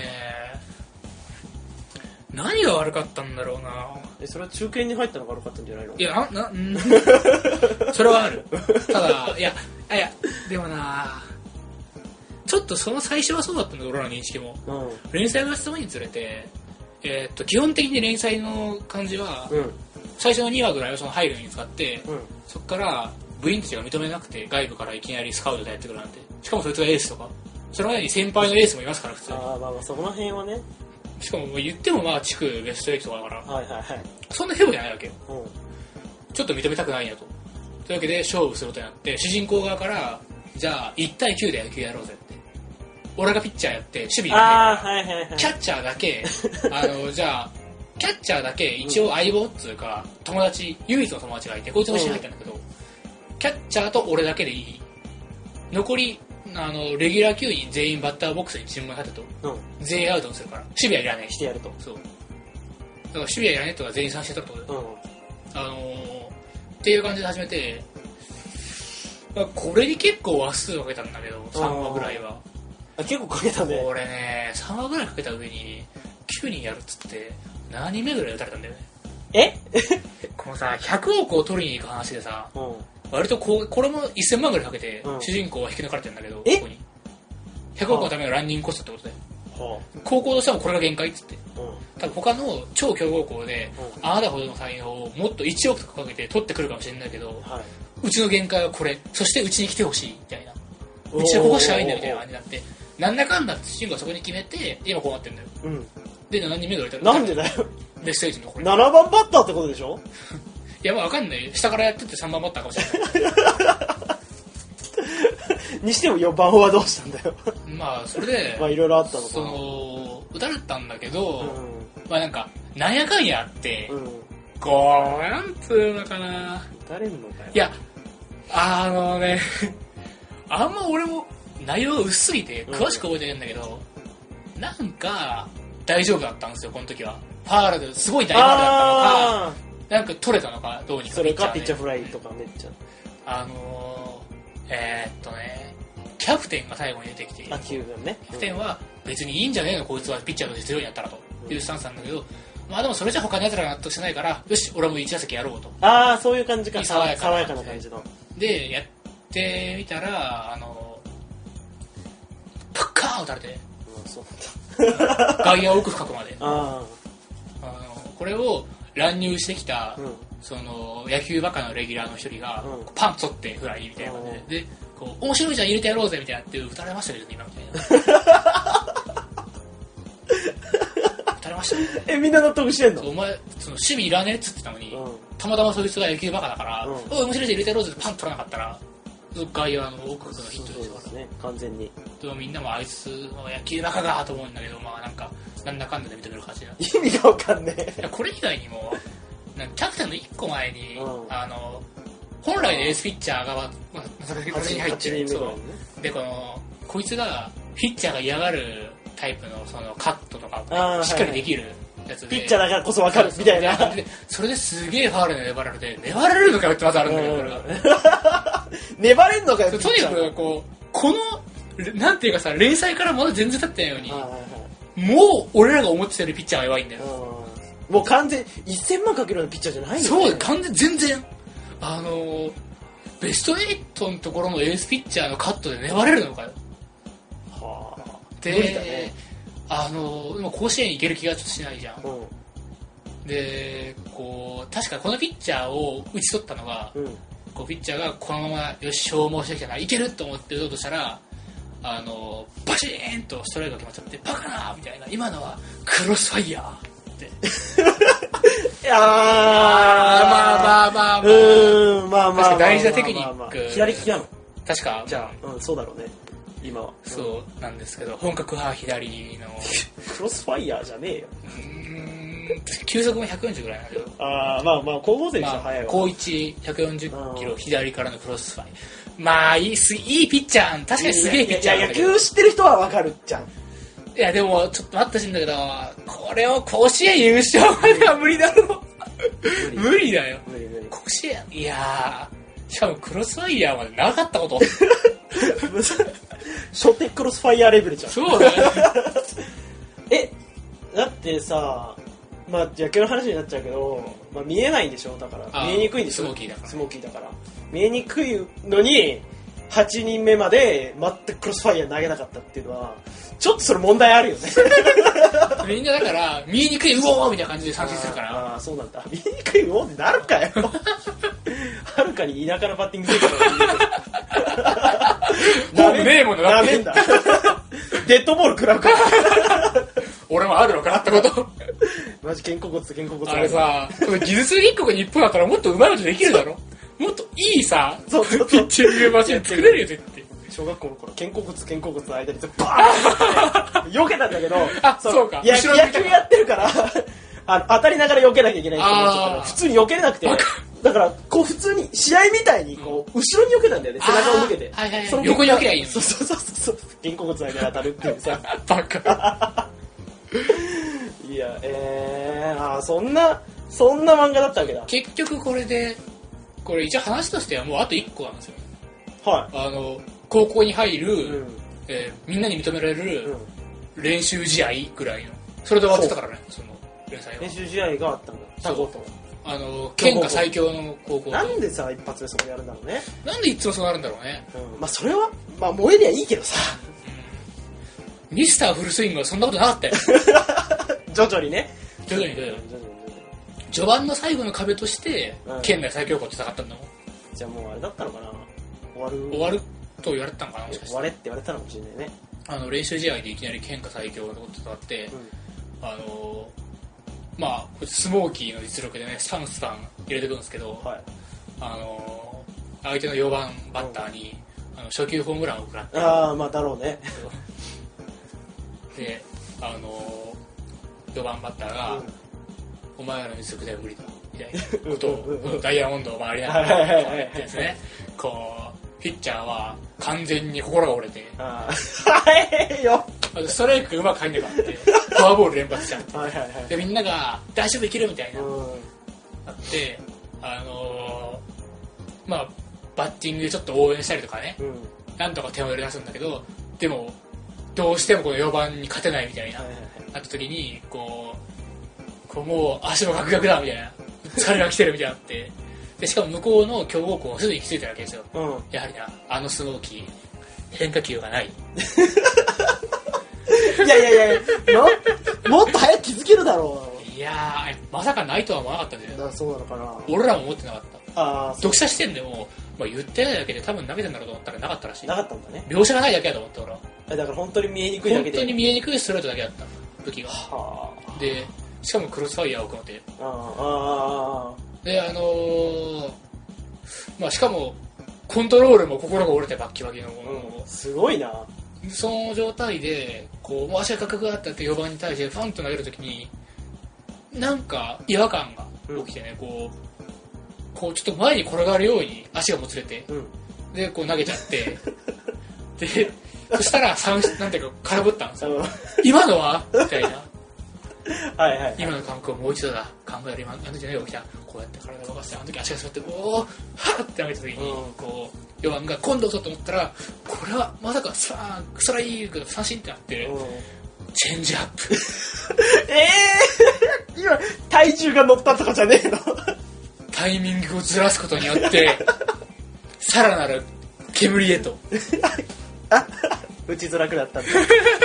何が悪かったんだろうな。 えそれは中堅に入ったのが悪かったんじゃないの。 いやななんそれはある。ただいやいやでもなちょっとその最初はそうだったんだ俺らの認識も、うん、連載が進むにつれて、えー、っと基本的に連載の感じは、うん、最初のにわぐらいをその入るに使って、うん、そこから部員たちが認めなくて外部からいきなりスカウトでやってくるなんて、しかもそいつがエースとかその前に先輩のエースもいますから普通に。 あまあまあその辺はね。 しかも言ってもまあ地区ベストはちとかだから、 はいはいはい、 そんなヘボじゃないわけよ、うん、ちょっと認めたくないんやと。というわけで勝負することになって主人公側からじゃあいちたいきゅうで野球やろうぜって、俺がピッチャーやって守備やらないから、はいはいはい、キャッチャーだけあのじゃあキャッチャーだけ一応相棒っつうか、うん、友達唯一の友達がいてこいつも一緒に入ったんだけど、うん、キャッチャーと俺だけでいい、残りあのレギュラーきゅうにん全員バッターボックスにチームが立てと、うん、全員アウトにするから守備はいらないしてやると。 そうだから守備はいらないとか全員三振したってことで、うん、あのー、っていう感じで始めて、これに結構話数かけたんだけどさんわぐらいは。 あ結構かけたね。 俺ねさんわぐらいかけた上にきゅうにんやるっつってななにんめぐらい打たれたんだよね。 えこのさひゃくおくを取りに行く話でさ、うん、割とこうこれもせんまんぐらいかけて、うん、主人公は引き抜かれてるんだけど、ここにひゃくおくのためのランニングコストってことで、はあ、高校としてもこれが限界っつって、うん、多分他の超強豪校で、うん、あなたほどの才能をもっといちおくとかかけて取ってくるかもしれないけど、はい、うちの限界はこれ、そしてうちに来てほしいみたいな、うちはここしかないんだみたいな感じになって、なんだかんだって主人公はそこに決めて今こうなってるんだよ、うん、でななにんめぐらいいたらなんでだよベストはちの残りななばんバッターってことでしょ。 いやまあ分かんない、下からやっててさんばんバッターかもしれないにしてもよんばんはどうしたんだよ。 まあそれでまあいろいろあったのかな。 その打たれたんだけど、 うん、 まあなんかなんやかんやあって、うん、こうなんつうのかな、 打たれんのかよ。 いやあのねあんま俺も内容が薄すぎて詳しく覚えてないんだけど、うん、なんか大丈夫だったんですよこの時は。ファールですごい大ファールだったのか、なんか取れたのかどうにか、 それかピッチャーフライとかめっちゃあのー、えー、っとねキャプテンが最後に出てきて、 あきゅうぶんね、 キャプテンは別にいいんじゃねえのこいつはピッチャーとして強いんやったらというスタンスなんだけど、うん、まあでもそれじゃ他の奴らが納得してないからよし俺もいち打席やろうと。 ああそういう感じか、 爽やかな爽やかな感じのでやってみたら、あのパッカーン打たれて、 うん、そうだ外野奥深くまでああのこれを乱入してきた、 うん、その野球バカのレギュラーの一人が、うん、パンツ取ってフライみたいな感じで、うん、でこう面白いじゃん入れてやろうぜみたいなって打たれましたけど今みたいな打たれましたね。 えみんな納得してんの？ お前その守備いらねえっつってたのに、うん、たまたまそいつが野球バカだから、うん、おい面白いじゃん入れてやろうぜってパン取らなかったら外野の奥のヒットですから。 そうですね完全に。 でもみんなもあいつ野球バカだと思うんだけど、まあなんかなんだかんだで認める感じな意味がわかんねえ。 いやこれ以外にもなんかキャプテンのいっこまえに、うん、あの本来でエースピッチャーがまあ佐々木君に入ってる、ね、そうでこのこいつがピッチャーが嫌がるタイプのそのカットとかを、ね、しっかりできるやつで、 ピッチャーだからこそわかるみたいな。 それですげえファウルで粘られて粘られるのかよってまずあるんだけど、これが粘れんのかよ。 とにかくこうこのなんていうかさ連載からまだ全然経ってないのに、もう俺らが思ってたよりピッチャーが弱いんだよ。 もう完全せんまんかけるようなピッチャーじゃないよね。 そう完全全然あのー、ベストはちのところのエースピッチャーのカットで粘れるのかよ。はあ。で、ね、あのー、今甲子園に行ける気がちょっとしないじゃん。うん、でこう確かこのピッチャーを打ち取ったのが、うん、こうピッチャーがこのままよし消耗してきたないけると思って打とうとしたら。あのバシーンとストライクが決まっちゃってバカなみたいな、今のはクロスファイヤーっていやーまあまあまあまあうーんまあまあ確か大事なテクニック、 左利きなの確か。 じゃあ、うん、そうだろうね今は。 そうなんですけど本格派左のクロスファイヤーじゃねえよ。 うーん球速もひゃくよんじゅうぐらいなんだけど、 ああまあまあ高校生にしたら速いわ、 まあ、高いちひゃくよんじゅっキロ左からのクロスファイ、まあいい、いいピッチャー、確かにすげえピッチャー。 いや野球知ってる人はわかるじゃん。 いやでもちょっと待ってほしいんだけど、これを甲子園優勝までは無理だろう無理だよ無理無理。 甲子園いやーしかもクロスファイヤーまでなかったこと初手クロスファイヤーレベルじゃん。 そうだねえだってさまあ野球の話になっちゃうけど、まあ、見えないんでしょだから見えにくいんでしょ。 スモーキーだからスモーキーだから見えにくいのにはちにんめまで全くクロスファイヤー投げなかったっていうのはちょっとそれ問題あるよねみんなだから見えにくいうおーみたいな感じで三振するから。 ああそうなんだ。見えにくいうおーってなるかよはるかに田舎のバッティングするからホームねえもんなめんだデッドボール食らうから俺もあるのかなってことマジ肩甲骨と肩甲骨あれさ技術立国日本だったらもっと上手いことできるだろもっといいさそうそうそうピッチングマシン作れるよ絶対。 小学校の頃肩甲骨肩甲骨の間にバーンって避けたんだけどあそうか野球やってるからあの当たりながら避けなきゃいけないって思っちゃったから普通に避けれなくてだからこう普通に試合みたいにこう後ろに避けたんだよね、背中を向けて、 はいはいはい、その横に避けりゃいいのにそうそうそうそう肩甲骨の間に当たるっていうさバカいやえー、あそんなそんな漫画だったわけだ。 結局これでこれ一応話としてはもうあといっこなんですよ。 はいあの高校に入る、 うんえー、みんなに認められる練習試合ぐらいのそれで終わってたからねその連載は。 練習試合があったんだ他校と。 あの県下最強の高校。 なんでさ一発目そこでやるんだろうね。 なんでいつもそうなるんだろうね、 うん、まあそれはまあ燃えりゃいいけどさ、 うん、ミスターフルスイングはそんなことなかったよ徐々にね徐々に徐々に序盤の最後の壁として、うん、県内最強校と戦ったんだもん。 じゃあもうあれだったのかな終わる終わると言われてたのかなもしかして終われって言われたのかもしれないね。 あの練習試合でいきなり県下最強のところと戦って、うん、あのまあスモーキーの実力でねスパンスパン入れてくるんですけど、 はい、 あのー、相手のよんばんバッターに、うん、あの初球ホームランを食らって、 ああまあだろうねであのー、よんばんバッターが、うん、お前らの実力では無理だみたいなことをダイヤモンドを回りながらやってですね、こうピッチャーは完全に心が折れて、 あはいよストライクがうまく入んなかったフォアボール連発しちゃって、 はいはいはい、 でみんなが大丈夫いけるみたいな、 うん、 あってあのー、まあバッティングでちょっと応援したりとかね、うん、なんとか点を入れ出すんだけど、でもどうしてもこのよんばんに勝てないみたいな、はいはいはい、なった時にこうこうもう足もガクガクだみたいな疲れが来てるみたいになってでしかも向こうの強豪校はすぐに気づいてるわけですよ、うん、やはりなあのスモーキー変化球がないいやいやいやももっと早く気づけるだろう。いやーまさかないとは思わなかったんだよ。 だからそうなのかな。 俺らも思ってなかった。 あ読者視点でも、まあ、言ってないだけで多分投げてんだろうと思ったらなかったらしい。 なかったんだね。 描写がないだけだと思った俺は。 だから本当に見えにくいだけで。 本当に見えにくいストレートだけだった武器が。 はあ。 でしかもクロスファイヤーを組んで。 あああであのー、まあしかもコントロールも心が折れてバッキバキの、 うん、すごいな。 その状態でこうもう足がカクカクあってってよんばんに対してファンと投げるときになんか違和感が起きてね、うん、こうこうちょっと前に転がるように足がもつれて、うん、でこう投げちゃってでそしたら三なんていうか空振ったんですよ今のはみたいなはいはい、はい、 今の感覚をもう一度だ考える今あの時何が起きたこうやって体を動かしてあの時足が滑っておおはっって投げた時に、うん、こうよんばんが今度そうと思ったらこれはまさかスパーンストライク三振ってなって、うん、チェンジアップええー、今体重が乗ったとかじゃねえのタイミングをずらすことによってさらなる煙へと打ちづらくなったんだ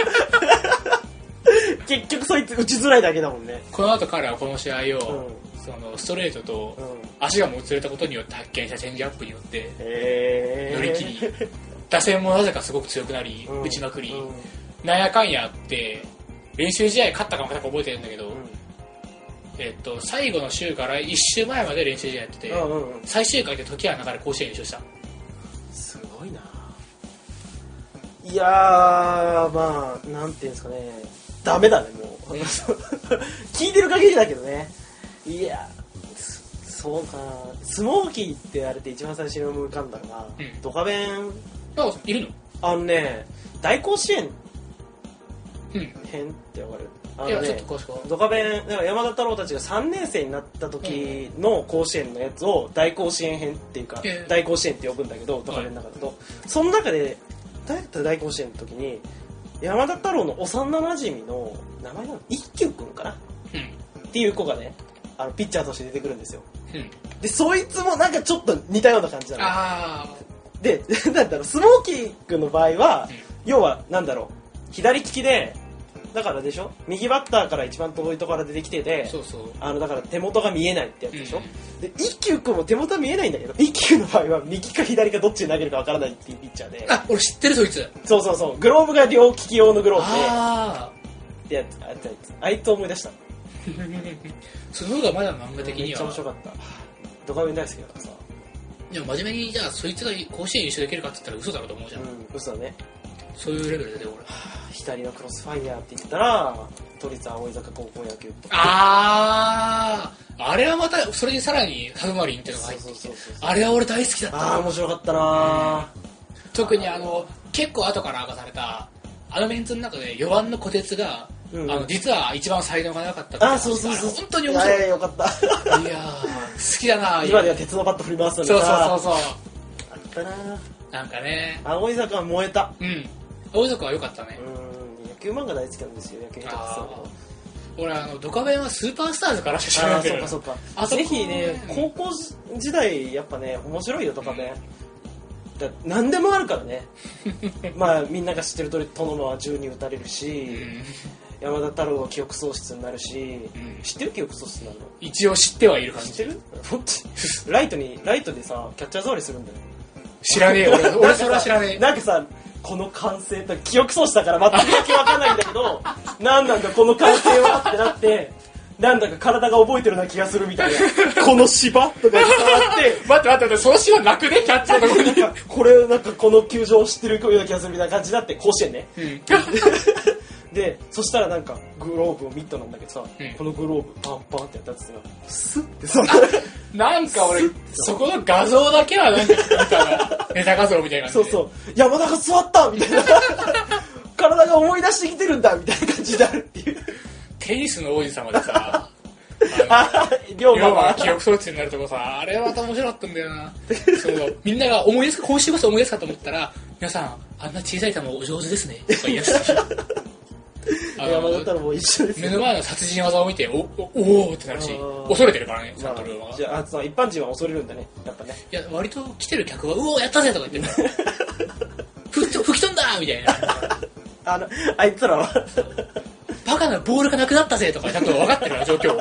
結局そいつ打ちづらいだけだもんね。 この後彼はこの試合を、うん、そのストレートと足がもつれたことによって発見したチェンジアップによって乗り切り打線もなぜかすごく強くなり、うん、打ちまくり、うん、なんやかんやあって練習試合勝ったかもか覚えてるんだけど、うん、えっと最後の週からいっ週前まで練習試合やってて、うんうんうん、最終回で時は流れ甲子園優勝した。 すごいな。いやーまあなんていうんですかね、ダメだねもう聞いてる限りだけどね。いやそうかな、スモーキーってあれって一番最初に思い浮かんだのが、うん、ドカベン。 あいるの？ あのね大甲子園編ってわかる？あのね、いやちょっと詳しくドカベン山田太郎たちがさんねん生になった時の甲子園のやつを大甲子園編っていうか、うん、大甲子園って呼ぶんだけどドカベンの中だと、うん、その中で誰だった大甲子園の時に山田太郎の幼なじみの名前なの一休くんかな、うん、っていう子がねあのピッチャーとして出てくるんですよ、うん、でそいつもなんかちょっと似たような感じなの。あでなんだろうスモーキーくんの場合は、うん、要はなんだろう左利きでだからでしょ右バッターから一番遠いところから出てきてでそうそうあのだから手元が見えないってやつでしょ、うん、で一休くんも手元は見えないんだけど一休の場合は右か左かどっちに投げるかわからないっていうピッチャーで。 あ俺知ってるそいつ。 そうそうそうグローブが両利き用のグローブであってやつあいつあいつ思い出したその方がまだ漫画的にはめっちゃ面白かった。ドカベン大好きだからさ。 でも真面目にじゃあそいつが甲子園優勝できるかって言ったら嘘だろうと思うじゃん、うん、 嘘だね。 そういうレベルで俺左のクロスファイヤーって言ったら都立葵坂高校野球とかあああれはまたそれにさらにサブマリンっていうのが入ってきてあれは俺大好きだった。 ああ面白かったな、 うん、特にあの結構後から明かされたあのメンツの中でよんばんの小鉄が、うん、あの実は一番才能がなかったって。 あそうそうそう本当に面白い。 いやよかったいや好きだな。 今では鉄のバット振り回すのにそうそうそうそうあったな。 なんかね葵坂は燃えた。 うん葵坂は良かったね。 うん野球漫画大好きなんですよ。野球下手くその俺あのドカベンはスーパースターズからしか知らないけど。 あそうかそうか。ぜひね高校時代やっぱね面白いよドカベン、うん、だ何でもあるからねまあみんなが知ってる通り殿間は銃に撃たれるし、うん、山田太郎は記憶喪失になるし、うん、知ってる記憶喪失になるの一応知ってはいる感じ。 知ってるライトにライトでさキャッチャー触りするんだよ。 知らねえよ 俺, 俺それは知らねえなんかさこの歓声って記憶喪失だから全くわけわかんないんだけど何なんだこの歓声はってなってなんだか体が覚えてるような気がするみたいなこの芝とか伝わって待って待って待ってその芝楽でキャッチャーのとこにこれなんかこの球場を知ってるような気がするみたいな感じになって甲子園ね、うんでそしたらなんかグローブをミットなんだけどさ、うん、このグローブパンパンってやったやつがスッてさなんか俺そこの画像だけはなんか見たらネタ画像みたいなそうそう山田が座ったみたいな体が思い出してきてるんだみたいな感じになるっていうテニスの王子様でさあ龍馬が記憶装置になるとこさあれはまた面白かったんだよなそうみんなが思い出す今週こそ思い出すかと思ったら皆さんあんな小さい球お上手ですねとか言い出して山田太郎も一緒です目の前の殺人技を見ておおおーってなるし恐れてるからねサントリーはじゃあ一般人は恐れるんだねやっぱねいや割と来てる客はうおーやったぜとか言ってる吹き吹き飛んだみたいなあのあいつらはバカなボールがなくなったぜとかちゃんと分かってるから状況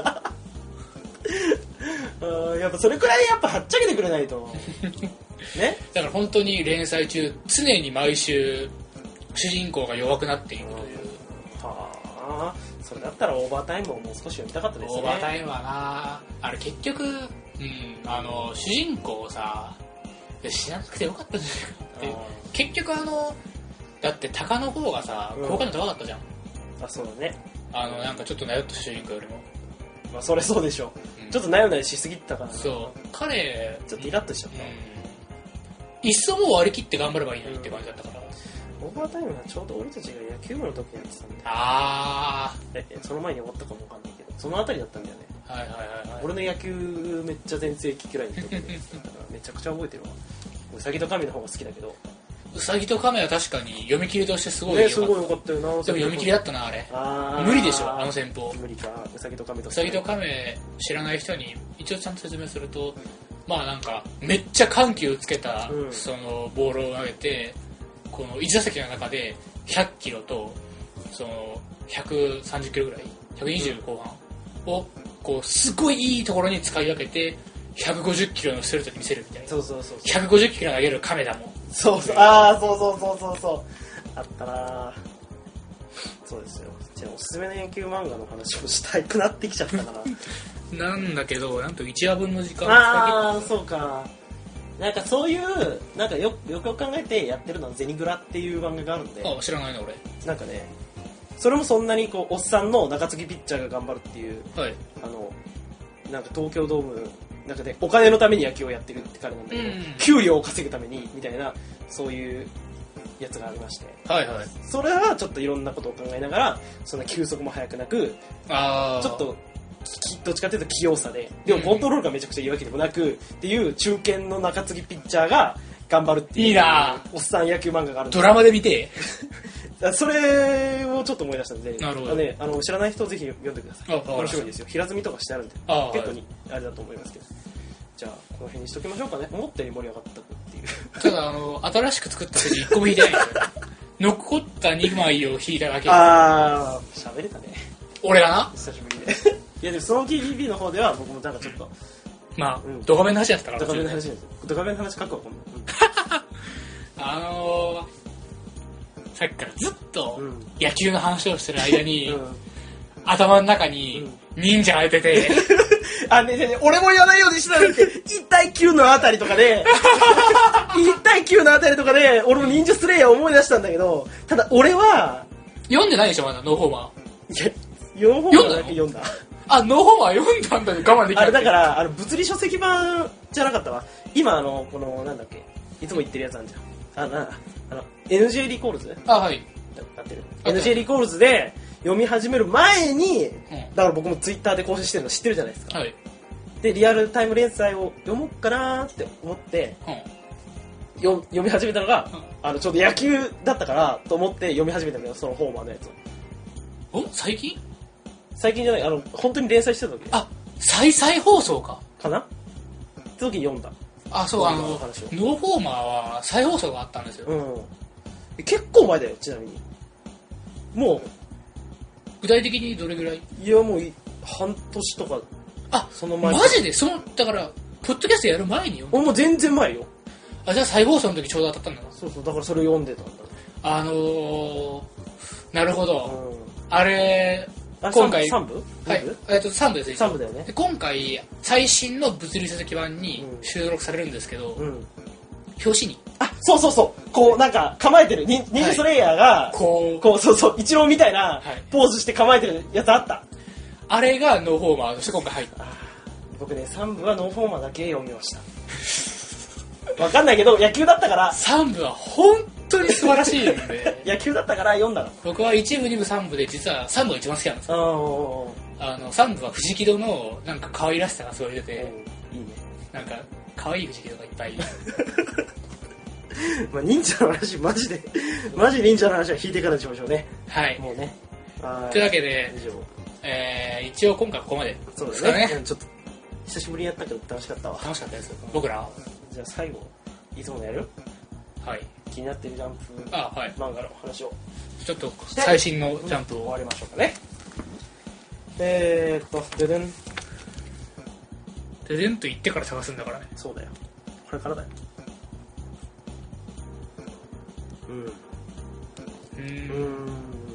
あやっぱそれくらいやっぱはっちゃけてくれないとねだから本当に連載中常に毎週主人公が弱くなっているというはあそれだったらオーバータイムをもう少し読みたかったですねオーバータイムはなあれ結局、うん、あの主人公をさ死ななくてよかったんじゃないかって結局あのだって鷹の方がさ好感度高かったじゃん、 うん、あそうだねあのなんかちょっと悩った主人公よりもまあそれそうでしょ、うん、ちょっと悩んだりしすぎたからそう彼ちょっとイラッとしちゃった、 うん、いっそもう割り切って頑張ればいいのにって感じだったから、 うん、オーバータイムはちょうど俺たちが野球部の時にやってたんだよあえその前に終わったかもわかんないけどそのあたりだったんだよねはいはいはい、はい、 俺の野球めっちゃ全盛期くらいの時だからめちゃくちゃ覚えてるわウサギとカメの方が好きだけどウサギとカメは確かに読み切りとしてすごいねすごい良かったよなでも読み切りだったなあれあ無理でしょあの戦法無理かウサギとカメとウサギとカメ知らない人に一応ちゃんと説明するとまあなんかめっちゃ緩急つけた、うん、そのボールを投げてこのいち打席の中でひゃっキロとそのひゃくさんじゅっキロぐらいひゃくにじゅう後半をこうすごいいいところに使い分けてひゃくごじゅっキロのストレートに見せるみたいなそうそうそうひゃくごじゅっキロ投げるカメだもんそうそうああそうそうそうそうそうあったなそうですよじゃあおすすめの野球漫画の話をしたくなってきちゃったからなんだけどなんといちわぶんの時間をああそうかなんかそういうなんかよよくよく考えてやってるのはゼニグラっていう漫画があるんであ知らないね俺なんかねそれもそんなにこうおっさんの中継ぎピッチャーが頑張るっていう、はい、あのなんか東京ドームなんかねお金のために野球をやってるって彼なんだけど、うんうん、給料を稼ぐためにみたいなそういうやつがありまして、 はいはい、 それはちょっといろんなことを考えながらそんな球速も速くなくあちょっとどっちかというと器用さででもコントロールがめちゃくちゃいいわけでもなく、うん、っていう中堅の中継ぎピッチャーが頑張るっていういいなおっさん野球漫画があるんですドラマで見てそれをちょっと思い出したんでなるほど、 ね、あの知らない人ぜひ読んでください面白いですよ平積みとかしてあるんで結構にあれだと思いますけどじゃあこの辺にしときましょうかね思ったより盛り上がったっていうただあの新しく作ったくじいっこも引いてないんですよ残ったにまいを引いただけああ喋れたね俺がな久しぶりでいやでもその ティービービー の方では僕もなんかちょっとまあ、うん、ドカベンの話だったからドカベンの話ドカベンの話書くわ今度、 うん、あのー、さっきからずっと野球の話をしてる間に、うん、頭の中に忍者が出てて、 うん、あねねね俺も言わないようにしてたんだっていち対きゅうのあたりとかでいち対きゅうのあたりとかで俺も忍者スレイヤーを思い出したんだけどただ俺は読んでないでしょまだノーホーマーいやよんほんだけ読んだあノーホーマー読んだんだよ我慢できないあれだからあの物理書籍版じゃなかったわ今あのこのなんだっけいつも言ってるやつあるじゃんあなあの エヌジェー リコールズあはいやってる エヌジェー リコールズで読み始める前に、うん、だから僕もツイッターで更新してるの知ってるじゃないですか、はい、でリアルタイム連載を読もうかなって思って、うん、よ読み始めたのが、うん、あのちょうど野球だったからと思って読み始めたんだよそのホーマーのやつをお最近最近じゃないあの本当に連載してた時あ再再放送かかなって時に読んだあそうあのノーフォーマーは再放送があったんですよ、 うん、結構前だよちなみにもう具体的にどれぐらいいやもう半年とかあその前マジでそのだからポッドキャストやる前に読んだもう全然前よあじゃあ再放送の時ちょうど当たったんだそうそうだからそれを読んでたんだあのー、なるほど、うん、あれ今回さん部はい、えっとさん部ですね。 さん部だよね。 で今回最新の物理書籍版に収録されるんですけど、うん、表紙にあ、そうそうそう、こうなんか構えてるニンジャスレイヤーが、はい、こうこうそうそうイチローみたいなポーズして構えてるやつあった。はい、 あれがノーフォーマーとして今回入った。 僕ねさん部はノーフォーマーだけ読みました。わかんないけど野球だったから。 さん部は本当に素晴らしいんで野球だったから読んだの。 僕はいち部に部さん部で実はさん部が一番好きなんですよ。あのさん部は藤木戸のなんか可愛らしさがすごい出て、いいね、なんか可愛い藤木戸がいっぱいいる。 まあ忍者の話マジでマジ忍者の話は引いてからにしましょうね。 はい、 もうね。 というわけで、えー、一応今回ここまでですかね。 そうだね。ちょっと久しぶりにやったけど楽しかったわ。 楽しかったです。僕ら。 じゃあ最後いつものやる？ はい。 気になってるジャンプあ、はい、 漫画の話をちょっと最新のジャンプを終わりましょうかね。えーっとデデンデデンと言ってから探すんだからね。 そうだよ、これからだよ。うんうーんうーん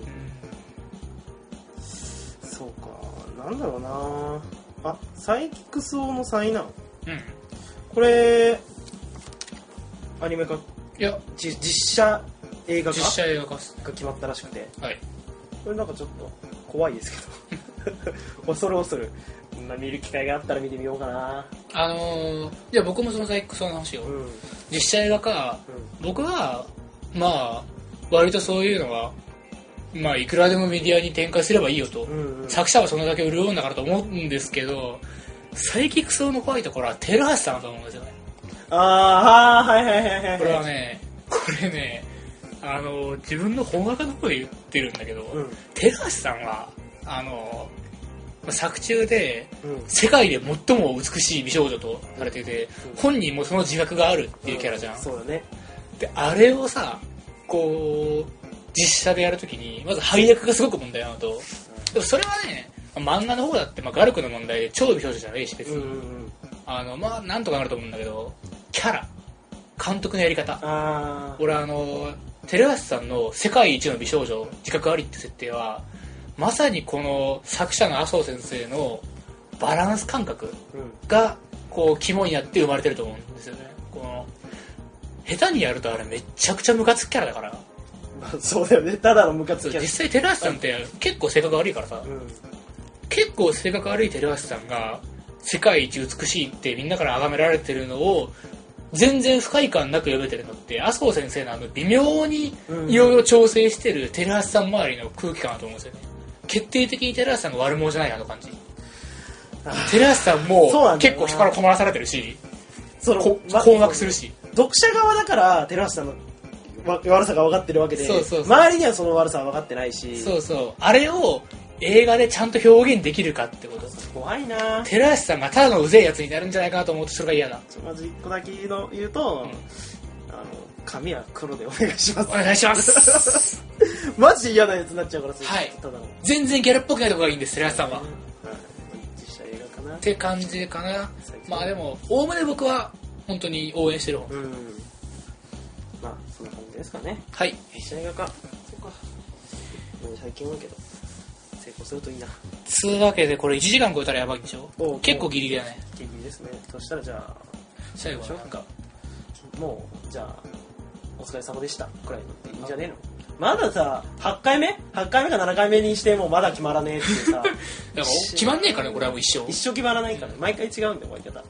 そうか、なんだろうなあ、サイキックス王の災難、うん、これアニメ化、 いや実写映画化実写映画化が決まったらしくて、 はい、 これなんかちょっと怖いですけど恐る恐る、まあ、見る機会があったら見てみようかな。 あのー、いや僕もそのサイキックスの話を、うん、実写映画化、うん、僕はまあ割とそういうのはまあいくらでもメディアに展開すればいいよと、うんうん、作者はそのだけ潤うんだからと思うんですけど、サイキックスの怖いところは寺橋さんだと思うんですよね。 ああ、はいはいはいはい。 これはね、これね、あの自分の本学の方で言ってるんだけど、うん、寺橋さんはあの作中で、うん、世界で最も美しい美少女とされていて、うん、本人もその自覚があるっていうキャラじゃん。うん、 そうだね。 であれをさ、こう実写でやるときにまず配役がすごく問題なのと、うん、でもそれはね、漫画の方だって、まあ、ガルクの問題で超美少女じゃないし別に、うんうんうん、あのまあなんとかなると思うんだけど、キャラ監督のやり方、あ俺あの寺橋さんの世界一の美少女自覚ありって設定はまさにこの作者の麻生先生のバランス感覚がこう肝になって生まれてると思うんですよね。この下手にやるとあれめちゃくちゃムカつくキャラだから。 そうだよね、ただのムカつき。 実際寺橋さんって結構性格悪いからさ、うん、結構性格悪い寺橋さんが世界一美しいってみんなから崇められてるのを全然不快感なく読めてるのって麻生先生のあの微妙にいろいろ調整してる寺橋さん周りの空気感だと思うんですよね。決定的に寺橋さんが悪者じゃないあの感じ。寺橋さんも結構力困らされてるし、その困惑するし、 読者側だから寺橋さんの悪さが分かってるわけで、そうそうそう、周りにはその悪さは分かってないし、 そうそう、あれを映画でちゃんと表現できるかってこと。 怖いな。 寺橋さんがただのうぜえやつになるんじゃないかなと思うとそれが嫌だ。 まず一個だけの言うと、うん、あの髪は黒でお願いします。 お願いしますマジで嫌なやつになっちゃうから。 はい、ただの全然ギャルっぽくないとこがいいんです、寺橋さんは、うん、 実写映画かなって感じかな。まあでもおおむね僕は本当に応援してる方、うん、 まあそんな感じですかね。 はい、 実写映画か。そうか、最近多いけど成功するといいな。 つうわけでこれいちじかん超えたらやばいでしょ。結構ギリギリだね。 ギリギリですね。そしたらじゃあ最後はなんかもうじゃあお疲れ様でしたくらいのっていいんじゃねえの。まださはちかいめはちかいめかななかいめにしてもまだ決まらねえっていうさだから決まんねえからね、これはもう一生一生決まらないから、毎回違うんだよ終わり方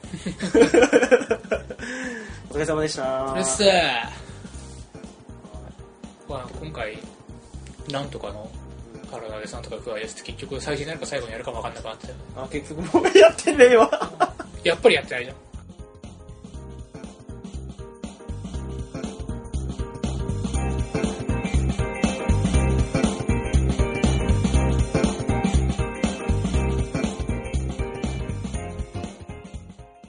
お疲れ様でした。 うるせえ。まあ今回なんとかの体でさんとか加えやつって結局最初になるか最後にやるか分かんなくなってたよね。 あ、結局もうやってねえわやっぱりやってないじゃん。